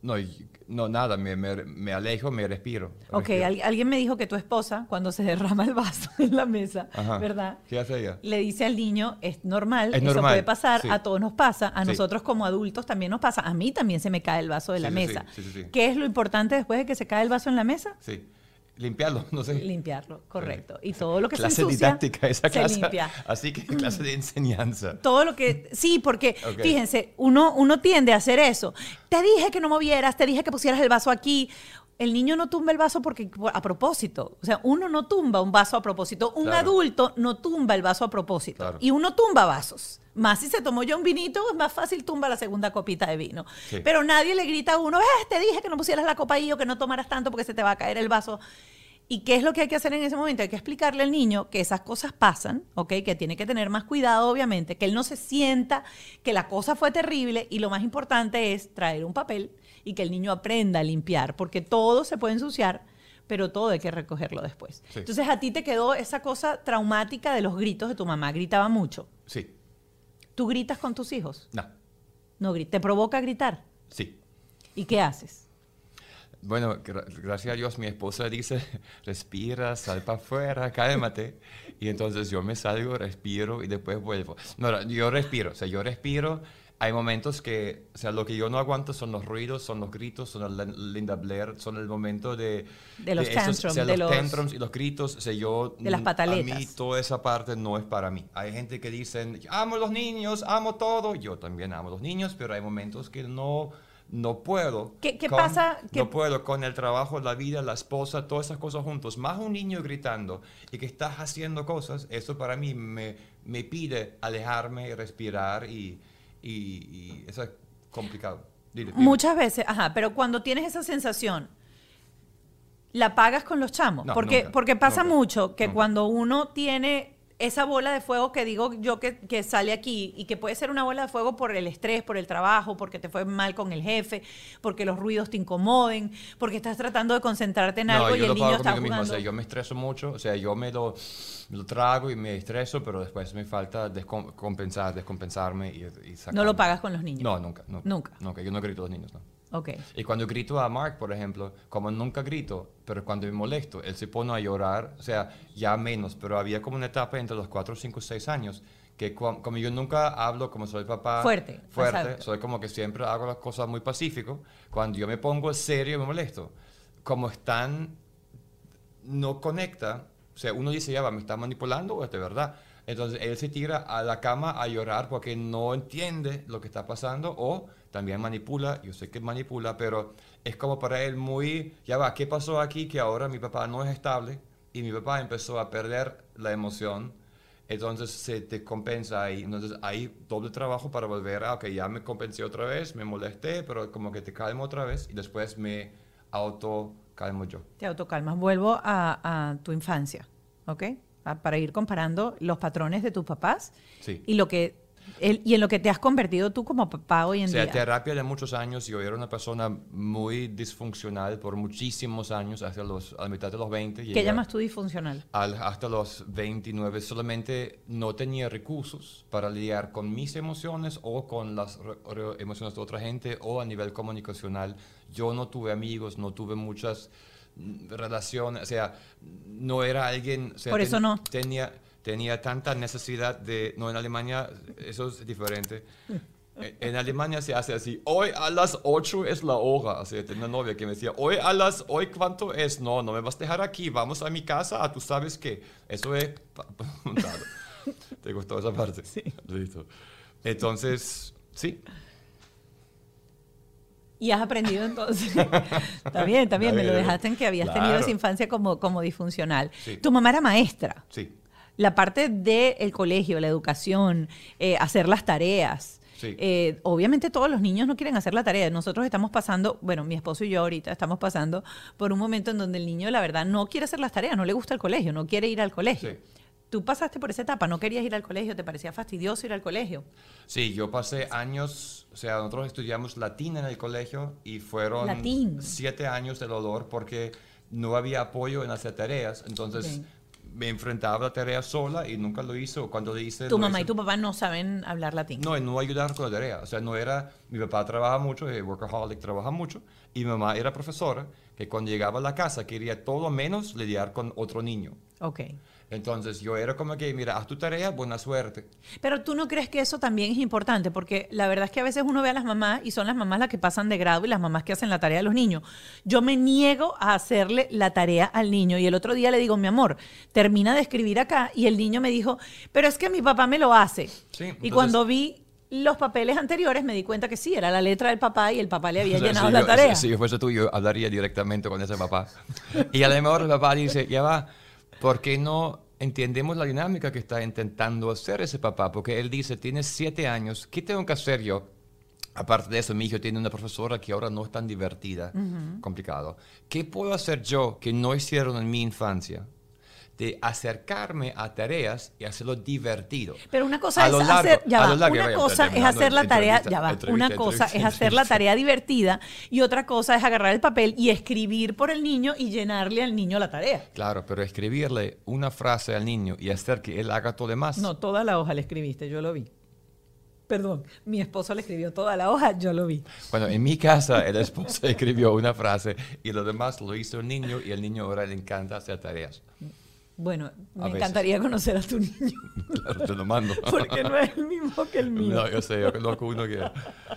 No, nada, me alejo, me respiro. Ok, alguien me dijo que tu esposa, cuando se derrama el vaso en la mesa, Ajá. ¿verdad? ¿Qué hace ella? Le dice al niño, es normal, Es eso normal, puede pasar, sí. a todos nos pasa, a Sí. nosotros como adultos también nos pasa, a mí también se me cae el vaso de la Sí, mesa. sí. ¿Qué es lo importante después de que se cae el vaso en la mesa? Sí. Limpiarlo, no sé. Limpiarlo, correcto. Y todo lo que Clase se ensucia, didáctica esa se clase. limpia. Así que clase de enseñanza. Todo lo que... Sí, porque, Ok. fíjense, uno tiende a hacer eso. Te dije que no movieras, te dije que pusieras el vaso aquí. El niño no tumba el vaso a propósito. O sea, uno no tumba un vaso a propósito. Un Claro. adulto no tumba el vaso a propósito. Claro. Y uno tumba vasos. Más si se tomó ya un vinito, es más fácil tumba la segunda copita de vino. Sí. Pero nadie le grita a uno, te dije que no pusieras la copa ahí o que no tomaras tanto porque se te va a caer el vaso. ¿Y qué es lo que hay que hacer en ese momento? Hay que explicarle al niño que esas cosas pasan, ¿ok? Que tiene que tener más cuidado, obviamente, que él no se sienta que la cosa fue terrible y lo más importante es traer un papel y que el niño aprenda a limpiar, porque todo se puede ensuciar, pero todo hay que recogerlo después. Sí. Entonces, a ti te quedó esa cosa traumática de los gritos de tu mamá. Gritaba mucho. Sí. ¿Tú gritas con tus hijos? No. No, ¿te provoca gritar? Sí. ¿Y qué haces? Bueno, gracias a Dios mi esposa dice, respira, sal para afuera, cálmate. Y entonces yo me salgo, respiro y después vuelvo. No, yo respiro, o sea, yo respiro. Hay momentos que, o sea, lo que yo no aguanto son los ruidos, son los gritos, son la Linda Blair, son el momento de los tantrums, o sea, de los los- tantrums y los gritos. O sea, de las pataletas. A mí toda esa parte no es para mí. Hay gente que dicen, amo los niños, amo todo. Yo también amo los niños, pero hay momentos que no puedo. ¿Qué pasa? No puedo con el trabajo, la vida, la esposa, todas esas cosas juntos. Más un niño gritando y que estás haciendo cosas, eso para mí me pide alejarme, respirar y eso es complicado. Dile. Muchas veces, ajá, pero cuando tienes esa sensación, ¿la pagas con los chamos? No, porque, nunca, porque pasa nunca, mucho que nunca. cuando uno tiene esa bola de fuego que digo yo que sale aquí y que puede ser una bola de fuego por el estrés, por el trabajo, porque te fue mal con el jefe, porque los ruidos te incomoden, porque estás tratando de concentrarte en algo y yo el lo niño pago está conmigo mismo. jugando. O sea, yo me estreso mucho, o sea, yo me lo trago y me estreso, pero después me falta descompensarme y sacar. ¿No lo pagas con los niños? No, nunca. Nunca. Yo no grito a los niños, no. Ok. Y cuando grito a Mark, por ejemplo, como nunca grito, pero cuando me molesto, él se pone a llorar, o sea, ya menos, pero había como una etapa entre los 4, 5, 6 años, que como yo nunca hablo como soy papá Fuerte, soy como que siempre hago las cosas muy pacífico, cuando yo me pongo serio me molesto. Como están, no conecta, o sea, uno dice, ya va, ¿me está manipulando o es de verdad? Entonces él se tira a la cama a llorar porque no entiende lo que está pasando o también manipula, yo sé que manipula, pero es como para él muy, ya va, ¿qué pasó aquí? Que ahora mi papá no es estable y mi papá empezó a perder la emoción, entonces se te compensa ahí, entonces hay doble trabajo para volver a, ok, ya me compensé otra vez, me molesté, pero como que te calmo otra vez y después me autocalmo yo. Te autocalmas. Vuelvo a tu infancia, ¿ok? Para ir comparando los patrones de tus papás Sí. y y en lo que te has convertido tú como papá hoy en O sea, día. terapia de muchos años. Yo era una persona muy disfuncional por muchísimos años, hasta a la mitad de los 20. ¿Qué llegué llamas tú disfuncional? hasta los 29. Solamente no tenía recursos para lidiar con mis emociones o con las emociones de otra gente o a nivel comunicacional. Yo no tuve amigos, no tuve muchas relaciones. O sea, no era alguien... O sea, Por eso no. Tenía tanta necesidad de... No, en Alemania eso es diferente. En Alemania se hace así, hoy a las 8 es la hora. O sea, tenía una novia que me decía, hoy ¿cuánto es? No me vas a dejar aquí, vamos a mi casa, tú sabes que eso es... montado. ¿Te gustó esa parte? Sí. Listo. Entonces, sí. Y has aprendido entonces. Está bien. Me lo dejaste en que habías tenido Claro. esa infancia como disfuncional. Sí. Tu mamá era maestra. Sí. La parte del colegio, la educación, hacer las tareas. Sí. Obviamente todos los niños no quieren hacer la tarea. Nosotros estamos pasando, bueno, mi esposo y yo ahorita estamos pasando por un momento en donde el niño, la verdad, no quiere hacer las tareas, no le gusta el colegio, no quiere ir al colegio. Sí. Tú pasaste por esa etapa, no querías ir al colegio, te parecía fastidioso ir al colegio. Sí, yo pasé años, o sea, nosotros estudiamos latín en el colegio y fueron Latín. 7 años de dolor porque no había apoyo en hacer tareas. Entonces, Ok. me enfrentaba a la tarea sola y nunca lo hizo. Cuando le hice... Tu lo mamá hice- y tu papá no saben hablar latín. No ayudar con la tarea. O sea, no era... Mi papá trabaja mucho, workaholic, trabaja mucho. Y mi mamá era profesora, que cuando llegaba a la casa quería todo menos lidiar con otro niño. Ok. Entonces yo era como que, mira, haz tu tarea, buena suerte. Pero tú no crees que eso también es importante, porque la verdad es que a veces uno ve a las mamás y son las mamás las que pasan de grado y las mamás que hacen la tarea de los niños. Yo me niego a hacerle la tarea al niño y el otro día le digo, mi amor, termina de escribir acá y el niño me dijo, pero es que mi papá me lo hace. Sí, y entonces- cuando vi los papeles anteriores me di cuenta que sí, era la letra del papá y el papá le había O sea, llenado si la yo- tarea. Si yo fuese tú, yo hablaría directamente con ese papá. Y a lo mejor el papá dice, ya va, ¿por qué no entendemos la dinámica que está intentando hacer ese papá? Porque él dice, tienes 7 años, ¿qué tengo que hacer yo? Aparte de eso, mi hijo tiene una profesora que ahora no es tan divertida. Complicado. ¿Qué puedo hacer yo que no hicieron en mi infancia? De acercarme a tareas y hacerlo divertido. Pero una cosa A es lo largo- hacer, ya a va, lo largo, una vaya, cosa es terminando hacer la tarea, entrevista, ya va, entrevista, una cosa entrevista, es hacer la tarea divertida y otra cosa es agarrar el papel y escribir por el niño y llenarle al niño la tarea. Claro, pero escribirle una frase al niño y hacer que él haga todo demás. No, toda la hoja le escribiste, yo lo vi. Perdón, mi esposo le escribió toda la hoja, yo lo vi. Bueno, en mi casa el esposo escribió una frase y lo demás lo hizo el niño y el niño ahora le encanta hacer tareas. Bueno, me veces. encantaría conocer a tu niño, Claro, te lo mando. porque no es el mismo que el mío. No, yo sé, yo conozco uno que...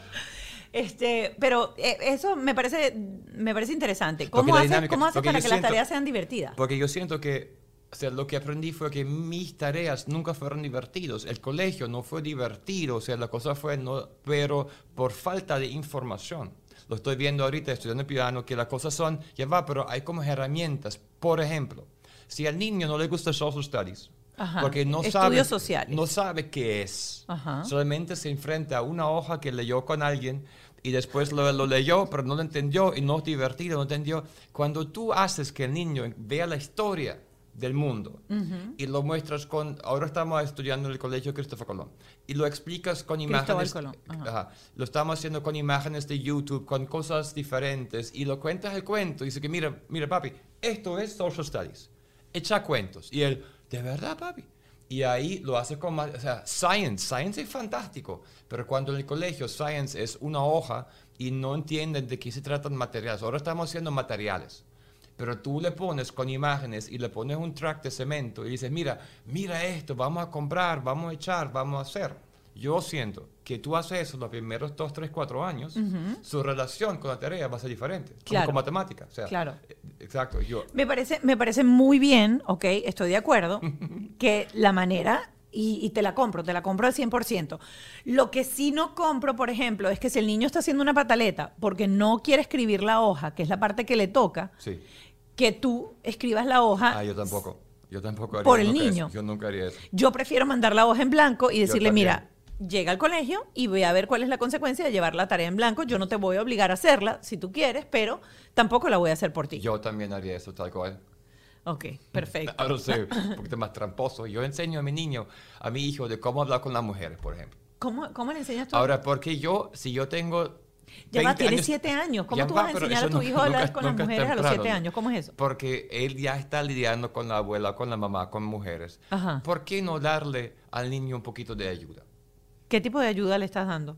Pero eso me parece interesante. Porque ¿Cómo la haces, dinámica- cómo haces porque para yo que las siento- tareas sean divertidas? Porque yo siento que, o sea, lo que aprendí fue que mis tareas nunca fueron divertidos. El colegio no fue divertido, o sea, la cosa fue, no, pero por falta de información. Lo estoy viendo ahorita estudiando piano, que las cosas son, ya va, pero hay como herramientas. Por ejemplo, si al niño no le gusta social studies, Ajá, porque no estudios sabe, sociales. no sabe qué es, Ajá. solamente se enfrenta a una hoja que leyó con alguien y después lo leyó, pero no lo entendió y no es divertido, no entendió. Cuando tú haces que el niño vea la historia del mundo y lo muestras con... Ahora estamos estudiando en el colegio Cristóbal Colón y lo explicas con Cristóbal imágenes... Colón, ajá. Ajá. Lo estamos haciendo con imágenes de YouTube, con cosas diferentes y lo cuentas el cuento y dice que mira papi, esto es social studies. Echa cuentos. Y él, ¿de verdad, papi? Y ahí lo hace con más, o sea, science es fantástico, pero cuando en el colegio science es una hoja y no entienden de qué se tratan materiales. Ahora estamos haciendo materiales, pero tú le pones con imágenes y le pones un track de cemento y dices, mira esto, vamos a comprar, vamos a echar, vamos a hacer. Yo siento que tú haces eso los primeros 2, 3, 4 años, su relación con la tarea va a ser diferente, como Claro. con matemáticas. O sea, Claro. Exacto, Me parece muy bien, ok, estoy de acuerdo, que la manera, y te la compro al 100%. Lo que sí no compro, por ejemplo, es que si el niño está haciendo una pataleta porque no quiere escribir la hoja, que es la parte que le toca, sí. que tú escribas la hoja. Yo tampoco haría Por el nunca niño. eso. Yo nunca haría eso. Yo prefiero mandar la hoja en blanco y decirle, también. mira, llega al colegio y voy a ver cuál es la consecuencia de llevar la tarea en blanco. Yo no te voy a obligar a hacerla si tú quieres, pero tampoco la voy a hacer por ti. Yo también haría eso, tal cual. Ok, perfecto. Ahora sé, un poquito más tramposo. Yo enseño a mi niño, a mi hijo, de cómo hablar con las mujeres, por ejemplo. ¿Cómo le enseñas tú? Ahora, porque si yo tengo... Ya va, 20 tienes años- 7 años. ¿Cómo Ya tú va, vas a pero enseñar a eso tu hijo a hablar con las nunca es mujeres a los temprano. 7 años? ¿Cómo es eso? Porque él ya está lidiando con la abuela, con la mamá, con mujeres. Ajá. ¿Por qué no darle al niño un poquito de ayuda? ¿Qué tipo de ayuda le estás dando?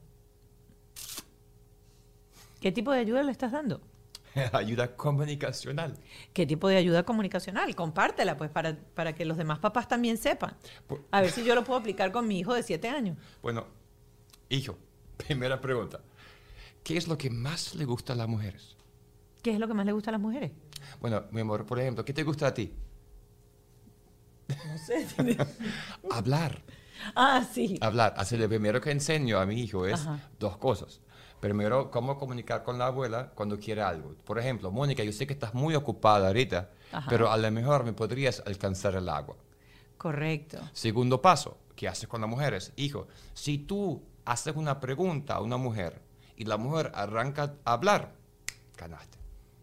¿Qué tipo de ayuda le estás dando? Ayuda comunicacional. ¿Qué tipo de ayuda comunicacional? Compártela, pues, para que los demás papás también sepan. Pu- A ver si yo lo puedo aplicar con mi hijo de 7 años. Bueno, hijo, primera pregunta. ¿Qué es lo que más le gusta a las mujeres? ¿Qué es lo que más le gusta a las mujeres? Bueno, mi amor, por ejemplo, ¿qué te gusta a ti? No sé. Hablar. Sí. Hablar. Así lo primero que enseño a mi hijo es Ajá. 2 cosas. Primero, cómo comunicar con la abuela cuando quiere algo. Por ejemplo, Mónica, yo sé que estás muy ocupada ahorita, Ajá. pero a lo mejor me podrías alcanzar el agua. Correcto. Segundo paso, ¿qué haces con las mujeres? Hijo, si tú haces una pregunta a una mujer y la mujer arranca a hablar, ganaste.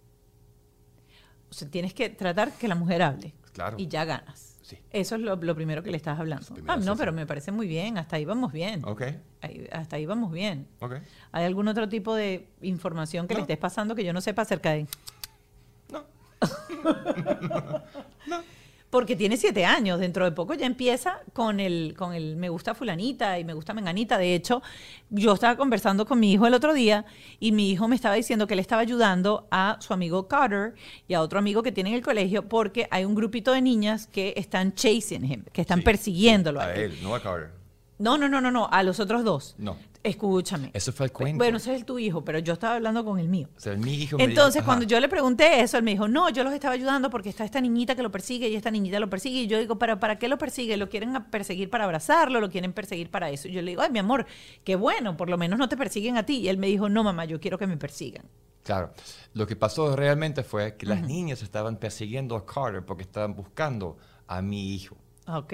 O sea, tienes que tratar que la mujer hable. Claro. Y ya ganas. Sí. Eso es lo primero que le estás hablando. Primero, No, sí, pero sí. me parece muy bien. Hasta ahí vamos bien. Ok, Hasta ahí vamos bien. ok. ¿Hay algún otro tipo de información que le No. estés pasando que yo no sepa acerca de? No. Porque tiene 7 años, dentro de poco ya empieza con el me gusta fulanita y me gusta menganita. De hecho, yo estaba conversando con mi hijo el otro día y mi hijo me estaba diciendo que él estaba ayudando a su amigo Carter y a otro amigo que tiene en el colegio porque hay un grupito de niñas que están chasing him, que están Sí, persiguiéndolo. sí, a él, no a Carter. No, a los otros dos. No. Escúchame. Eso fue el cuento. Bueno, ese es tu hijo, pero yo estaba hablando con el mío. O sea, mi hijo me Entonces, dijo, cuando ajá, yo le pregunté eso, él me dijo, no, yo los estaba ayudando porque está esta niñita que lo persigue y esta niñita lo persigue. Y yo digo, ¿para qué lo persigue? ¿Lo quieren perseguir para abrazarlo? ¿Lo quieren perseguir para eso? Y yo le digo, ay, mi amor, qué bueno, por lo menos no te persiguen a ti. Y él me dijo, no, mamá, yo quiero que me persigan. claro, lo que pasó realmente fue que las niñas estaban persiguiendo a Carter porque estaban buscando a mi hijo. Ok.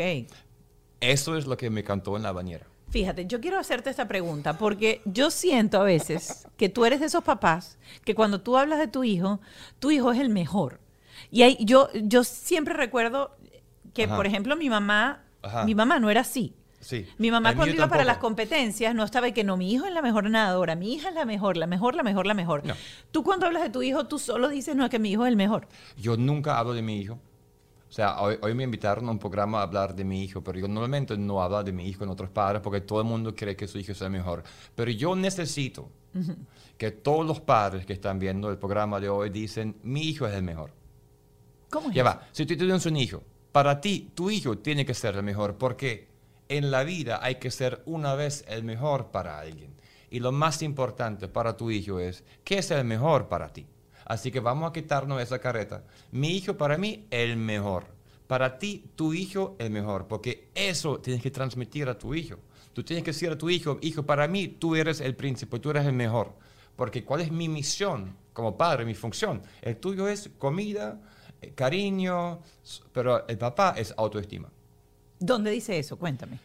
Eso es lo que me cantó en la bañera. Fíjate, yo quiero hacerte esta pregunta porque yo siento a veces que tú eres de esos papás que cuando tú hablas de tu hijo es el mejor. Y yo siempre recuerdo que, Ajá. por ejemplo, mi mamá Ajá. no era así. Sí. Mi mamá El cuando mío iba para las tampoco. competencias no estaba de que no, mi hijo es la mejor nadadora, mi hija es la mejor, la mejor, la mejor, la mejor. No. Tú cuando hablas de tu hijo, tú solo dices, no, que mi hijo es el mejor. Yo nunca hablo de mi hijo. O sea, hoy me invitaron a un programa a hablar de mi hijo, pero yo normalmente no hablo de mi hijo en otros padres porque todo el mundo cree que su hijo es el mejor. Pero yo necesito que todos los padres que están viendo el programa de hoy dicen, mi hijo es el mejor. ¿Cómo es Ya eso? va, si tú tienes un hijo, para ti, tu hijo tiene que ser el mejor porque en la vida hay que ser una vez el mejor para alguien. Y lo más importante para tu hijo es, ¿qué es el mejor para ti? Así que vamos a quitarnos esa careta. Mi hijo para mí, el mejor. Para ti, tu hijo, el mejor. Porque eso tienes que transmitir a tu hijo. Tú tienes que decir a tu hijo, hijo, para mí, tú eres el príncipe, tú eres el mejor. Porque ¿cuál es mi misión como padre, mi función? El tuyo es comida, cariño, pero el papá es autoestima. ¿Dónde dice eso? Cuéntame.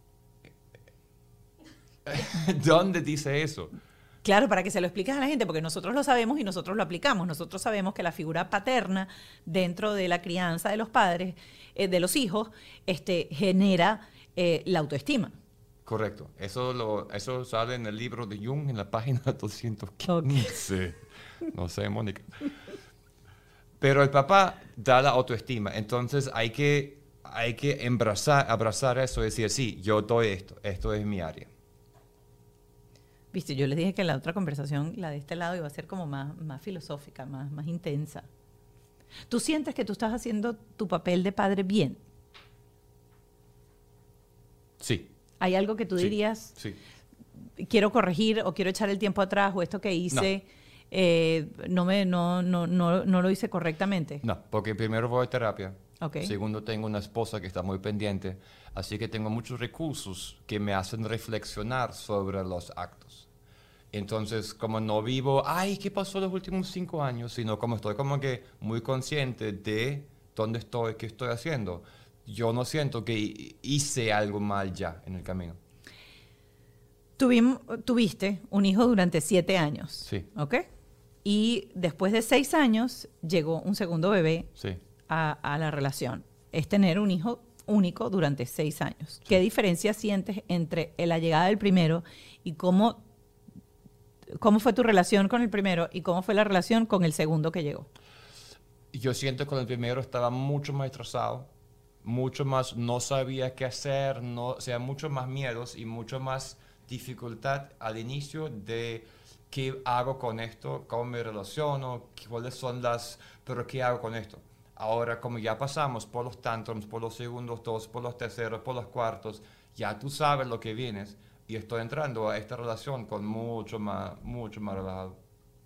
¿Dónde dice eso? Claro, para que se lo expliques a la gente, porque nosotros lo sabemos y nosotros lo aplicamos. Nosotros sabemos que la figura paterna dentro de la crianza de los padres, de los hijos, genera la autoestima. Correcto. Eso sale en el libro de Jung en la página 215. No sé, Mónica. Pero el papá da la autoestima. Entonces hay que abrazar eso y decir, sí, yo doy esto es mi área. Viste, yo les dije que la otra conversación, la de este lado, iba a ser como más filosófica, más intensa. ¿Tú sientes que tú estás haciendo tu papel de padre bien? Sí. ¿Hay algo que tú Sí, dirías, sí. quiero corregir o quiero echar el tiempo atrás o esto que hice no lo hice correctamente? No, porque primero voy a terapia. Ok. Segundo, tengo una esposa que está muy pendiente. Así que tengo muchos recursos que me hacen reflexionar sobre los actos. Entonces, como no vivo, ay, ¿qué pasó los últimos 5 años? Sino como estoy como que muy consciente de dónde estoy, qué estoy haciendo. Yo no siento que hice algo mal ya en el camino. Tuviste un hijo durante 7 años. Sí. ¿Ok? Y después de 6 años llegó un segundo bebé Sí. a la relación. Es tener un hijo único durante 6 años. ¿Qué diferencia sientes entre la llegada del primero y cómo fue tu relación con el primero y cómo fue la relación con el segundo que llegó? Yo siento que con el primero estaba mucho más estresado, mucho más no sabía qué hacer, o sea, mucho más miedos y mucho más dificultad al inicio de qué hago con esto, cómo me relaciono, cuáles son pero qué hago con esto. Ahora, como ya pasamos por los tantrums, por los segundos dos, por los terceros, por los cuartos, ya tú sabes lo que vienes y estoy entrando a esta relación con mucho más relajado.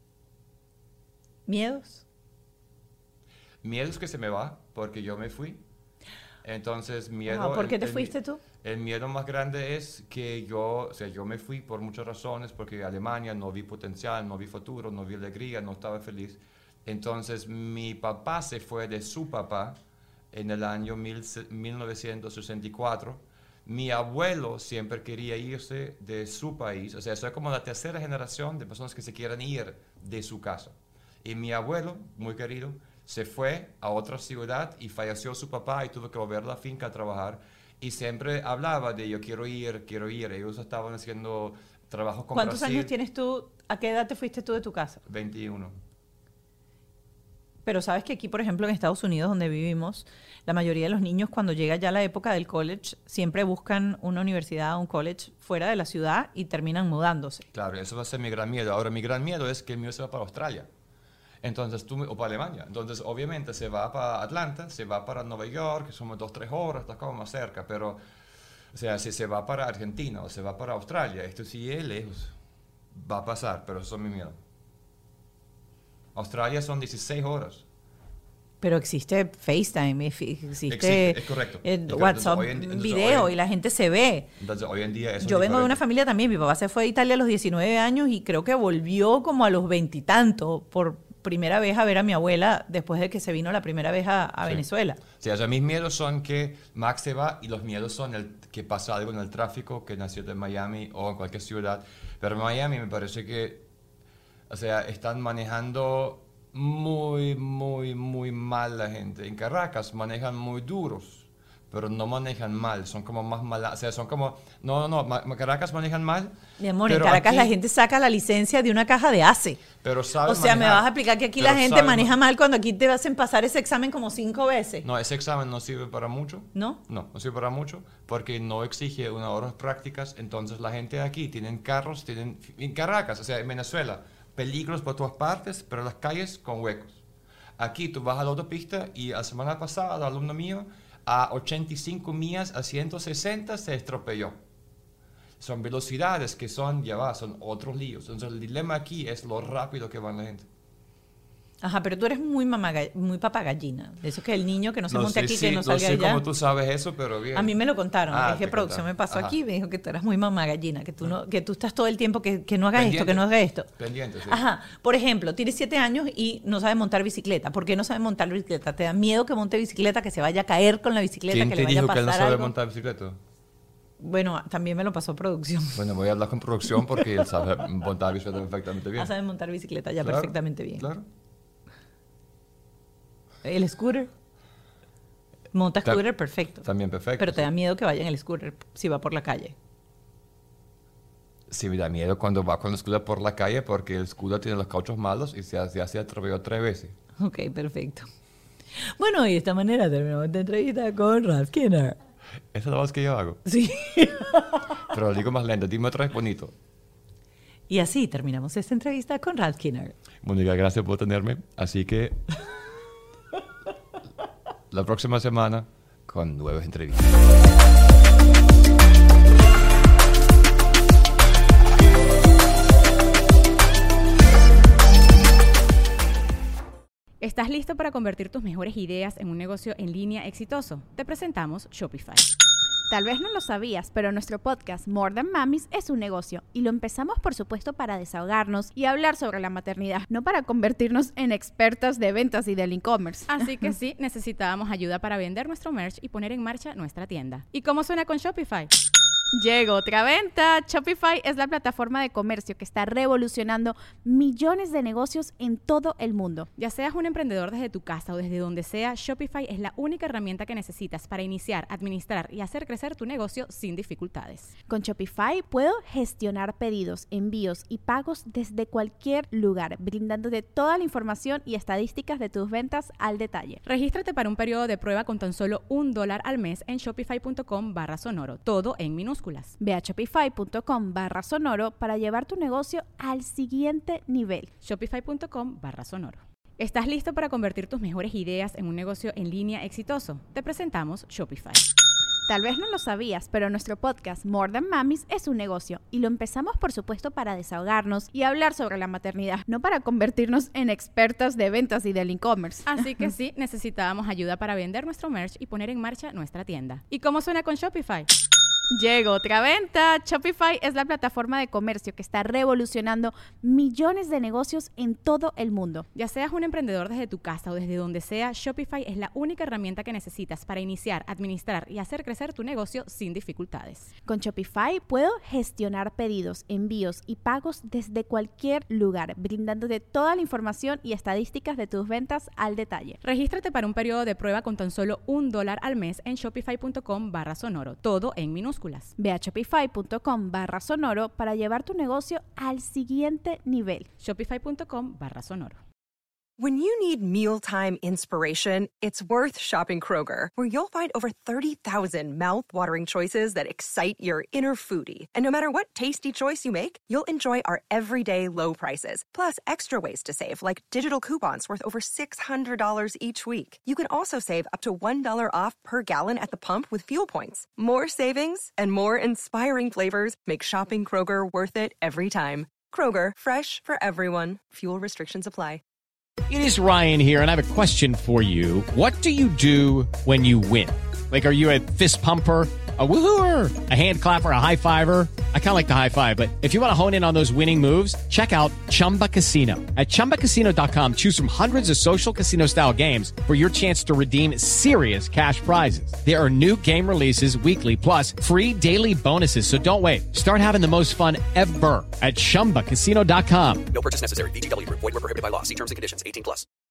¿Miedos? Miedo es que se me va porque yo me fui. Entonces, miedo... Ah, ¿por qué te fuiste tú? El miedo más grande es que yo me fui por muchas razones, porque Alemania no vi potencial, no vi futuro, no vi alegría, no estaba feliz. Entonces, mi papá se fue de su papá en el año 1964. Mi abuelo siempre quería irse de su país. O sea, soy como la tercera generación de personas que se quieren ir de su casa. Y mi abuelo, muy querido, se fue a otra ciudad y falleció su papá y tuvo que volver a la finca a trabajar. Y siempre hablaba de yo quiero ir. Ellos estaban haciendo trabajos con ¿Cuántos Brasil. años tienes tú? ¿A qué edad te fuiste tú de tu casa? 21. Pero sabes que aquí, por ejemplo, en Estados Unidos, donde vivimos, la mayoría de los niños, cuando llega ya la época del college, siempre buscan una universidad o un college fuera de la ciudad y terminan mudándose. Claro, eso va a ser mi gran miedo. Ahora, mi gran miedo es que el mío se va para Australia. Entonces, o para Alemania. Entonces, obviamente, se va para Atlanta, se va para Nueva York, que somos 2-3 horas, está como más cerca. Pero, o sea, si se va para Argentina o se va para Australia, esto sí es lejos. Va a pasar, pero eso es mi miedo. Australia son 16 horas. Pero existe FaceTime, existe es correcto. WhatsApp, video y la gente se ve. Entonces, hoy en día eso Yo vengo de una familia también, mi papá se fue de Italia a los 19 años y creo que volvió como a los 20 y tanto por primera vez a ver a mi abuela después de que se vino la primera vez a Sí. Venezuela. Sí, o sea, mis miedos son que Max se va y los miedos son que pasa algo en el tráfico, que nació en Miami o en cualquier ciudad. Pero en Miami me parece que, o sea, están manejando muy, muy, muy mal la gente. En Caracas manejan muy duros, pero no manejan mal. Son como más malas. O sea, son como... Caracas manejan mal. Mi amor, en pero Caracas aquí, la gente saca la licencia de una caja de ACE. pero saben O sea, me manejar. vas a explicar que aquí Pero la gente saben maneja mal cuando aquí te hacen pasar ese examen como 5 veces. No, ese examen no sirve para mucho. ¿No? No sirve para mucho porque no exige unas horas prácticas. Entonces la gente de aquí tienen carros, en Caracas, o sea, en Venezuela, peligros por todas partes, pero las calles con huecos. Aquí tú vas a la autopista y la semana pasada, el alumno mío, a 85 millas a 160 se estropeó. Son velocidades que son otros líos. Entonces el dilema aquí es lo rápido que va la gente. Ajá, pero tú eres muy muy papagallina. De eso que el niño que no se monte aquí, sé que no salga no sé allá. cómo tú sabes eso, pero bien. A mí me lo contaron. Ah, Es que te producción me contaron. pasó Ajá. aquí y me dijo que tú eras muy mamagallina, que tú no, que tú estás todo el tiempo que no hagas esto, que no hagas esto. Pendiente, sí. Ajá. Por ejemplo, tienes 7 años y no sabes montar bicicleta. ¿Por qué no sabes montar bicicleta? ¿Te da miedo que monte bicicleta, que se vaya a caer con la bicicleta, ¿Quién que te le vaya a dijo pasar que él no sabe algo? montar bicicleta? Bueno, también me lo pasó producción. Bueno, voy a hablar con producción porque él sabe montar bicicleta perfectamente bien. Ah, sabes montar bicicleta ya Claro, perfectamente bien. Claro. El scooter. Monta Ta- scooter perfecto. También perfecto. Pero te sí. da miedo que vaya en el scooter si va por la calle. Sí, me da miedo cuando va con el scooter por la calle porque el scooter tiene los cauchos malos y se atropelló 3 veces. Ok, perfecto. Bueno, y de esta manera terminamos esta entrevista con Ralph Skinner. Esa es la voz que yo hago. Sí. Pero lo digo más lento. Dime otra vez bonito. Y así terminamos esta entrevista con Ralph Skinner. Mónica, gracias por tenerme. Así que la próxima semana con nuevas entrevistas. ¿Estás listo para convertir tus mejores ideas en un negocio en línea exitoso? Te presentamos Shopify. Tal vez no lo sabías, pero nuestro podcast More Than Mamis es un negocio y lo empezamos por supuesto para desahogarnos y hablar sobre la maternidad, no para convertirnos en expertas de ventas y del e-commerce. Así que sí, necesitábamos ayuda para vender nuestro merch y poner en marcha nuestra tienda. ¿Y cómo suena con Shopify? Llegó otra venta. Shopify es la plataforma de comercio que está revolucionando millones de negocios en todo el mundo. Ya seas un emprendedor desde tu casa o desde donde sea, Shopify es la única herramienta que necesitas para iniciar, administrar y hacer crecer tu negocio sin dificultades. Con Shopify puedo gestionar pedidos, envíos y pagos desde cualquier lugar, brindándote toda la información y estadísticas de tus ventas al detalle. Regístrate para un periodo de prueba con tan solo $1 al mes en shopify.com/sonoro, todo en minúsculas. Ve a shopify.com/sonoro para llevar tu negocio al siguiente nivel. Shopify.com/sonoro. ¿Estás listo para convertir tus mejores ideas en un negocio en línea exitoso? Te presentamos Shopify. Tal vez no lo sabías, pero nuestro podcast More Than Mamis es un negocio y lo empezamos por supuesto para desahogarnos y hablar sobre la maternidad, no para convertirnos en expertas de ventas y del e-commerce. Así que sí, necesitábamos ayuda para vender nuestro merch y poner en marcha nuestra tienda. ¿Y cómo suena con Shopify? Llegó otra venta. Shopify es la plataforma de comercio que está revolucionando millones de negocios en todo el mundo. Ya seas un emprendedor desde tu casa o desde donde sea, Shopify es la única herramienta que necesitas para iniciar, administrar y hacer crecer tu negocio sin dificultades. Con Shopify puedo gestionar pedidos, envíos y pagos desde cualquier lugar, brindándote toda la información y estadísticas de tus ventas al detalle. Regístrate para un periodo de prueba con tan solo $1 al mes en shopify.com/sonoro, todo en minúsculas. Ve a shopify.com/sonoro para llevar tu negocio al siguiente nivel. Shopify.com/sonoro. When you need mealtime inspiration, it's worth shopping Kroger, where you'll find over 30,000 mouth-watering choices that excite your inner foodie. And no matter what tasty choice you make, you'll enjoy our everyday low prices, plus extra ways to save, like digital coupons worth over $600 each week. You can also save up to $1 off per gallon at the pump with fuel points. More savings and more inspiring flavors make shopping Kroger worth it every time. Kroger, fresh for everyone. Fuel restrictions apply. It is Ryan here, and I have a question for you. What do you do when you win? Like, are you a fist pumper, a woo-hooer, a hand clapper, a high-fiver? I kind of like the high-five, but if you want to hone in on those winning moves, check out Chumba Casino. At ChumbaCasino.com, choose from hundreds of social casino-style games for your chance to redeem serious cash prizes. There are new game releases weekly, plus free daily bonuses, so don't wait. Start having the most fun ever at ChumbaCasino.com. No purchase necessary. VGW Group. Void where prohibited by law. See terms and conditions. 18+.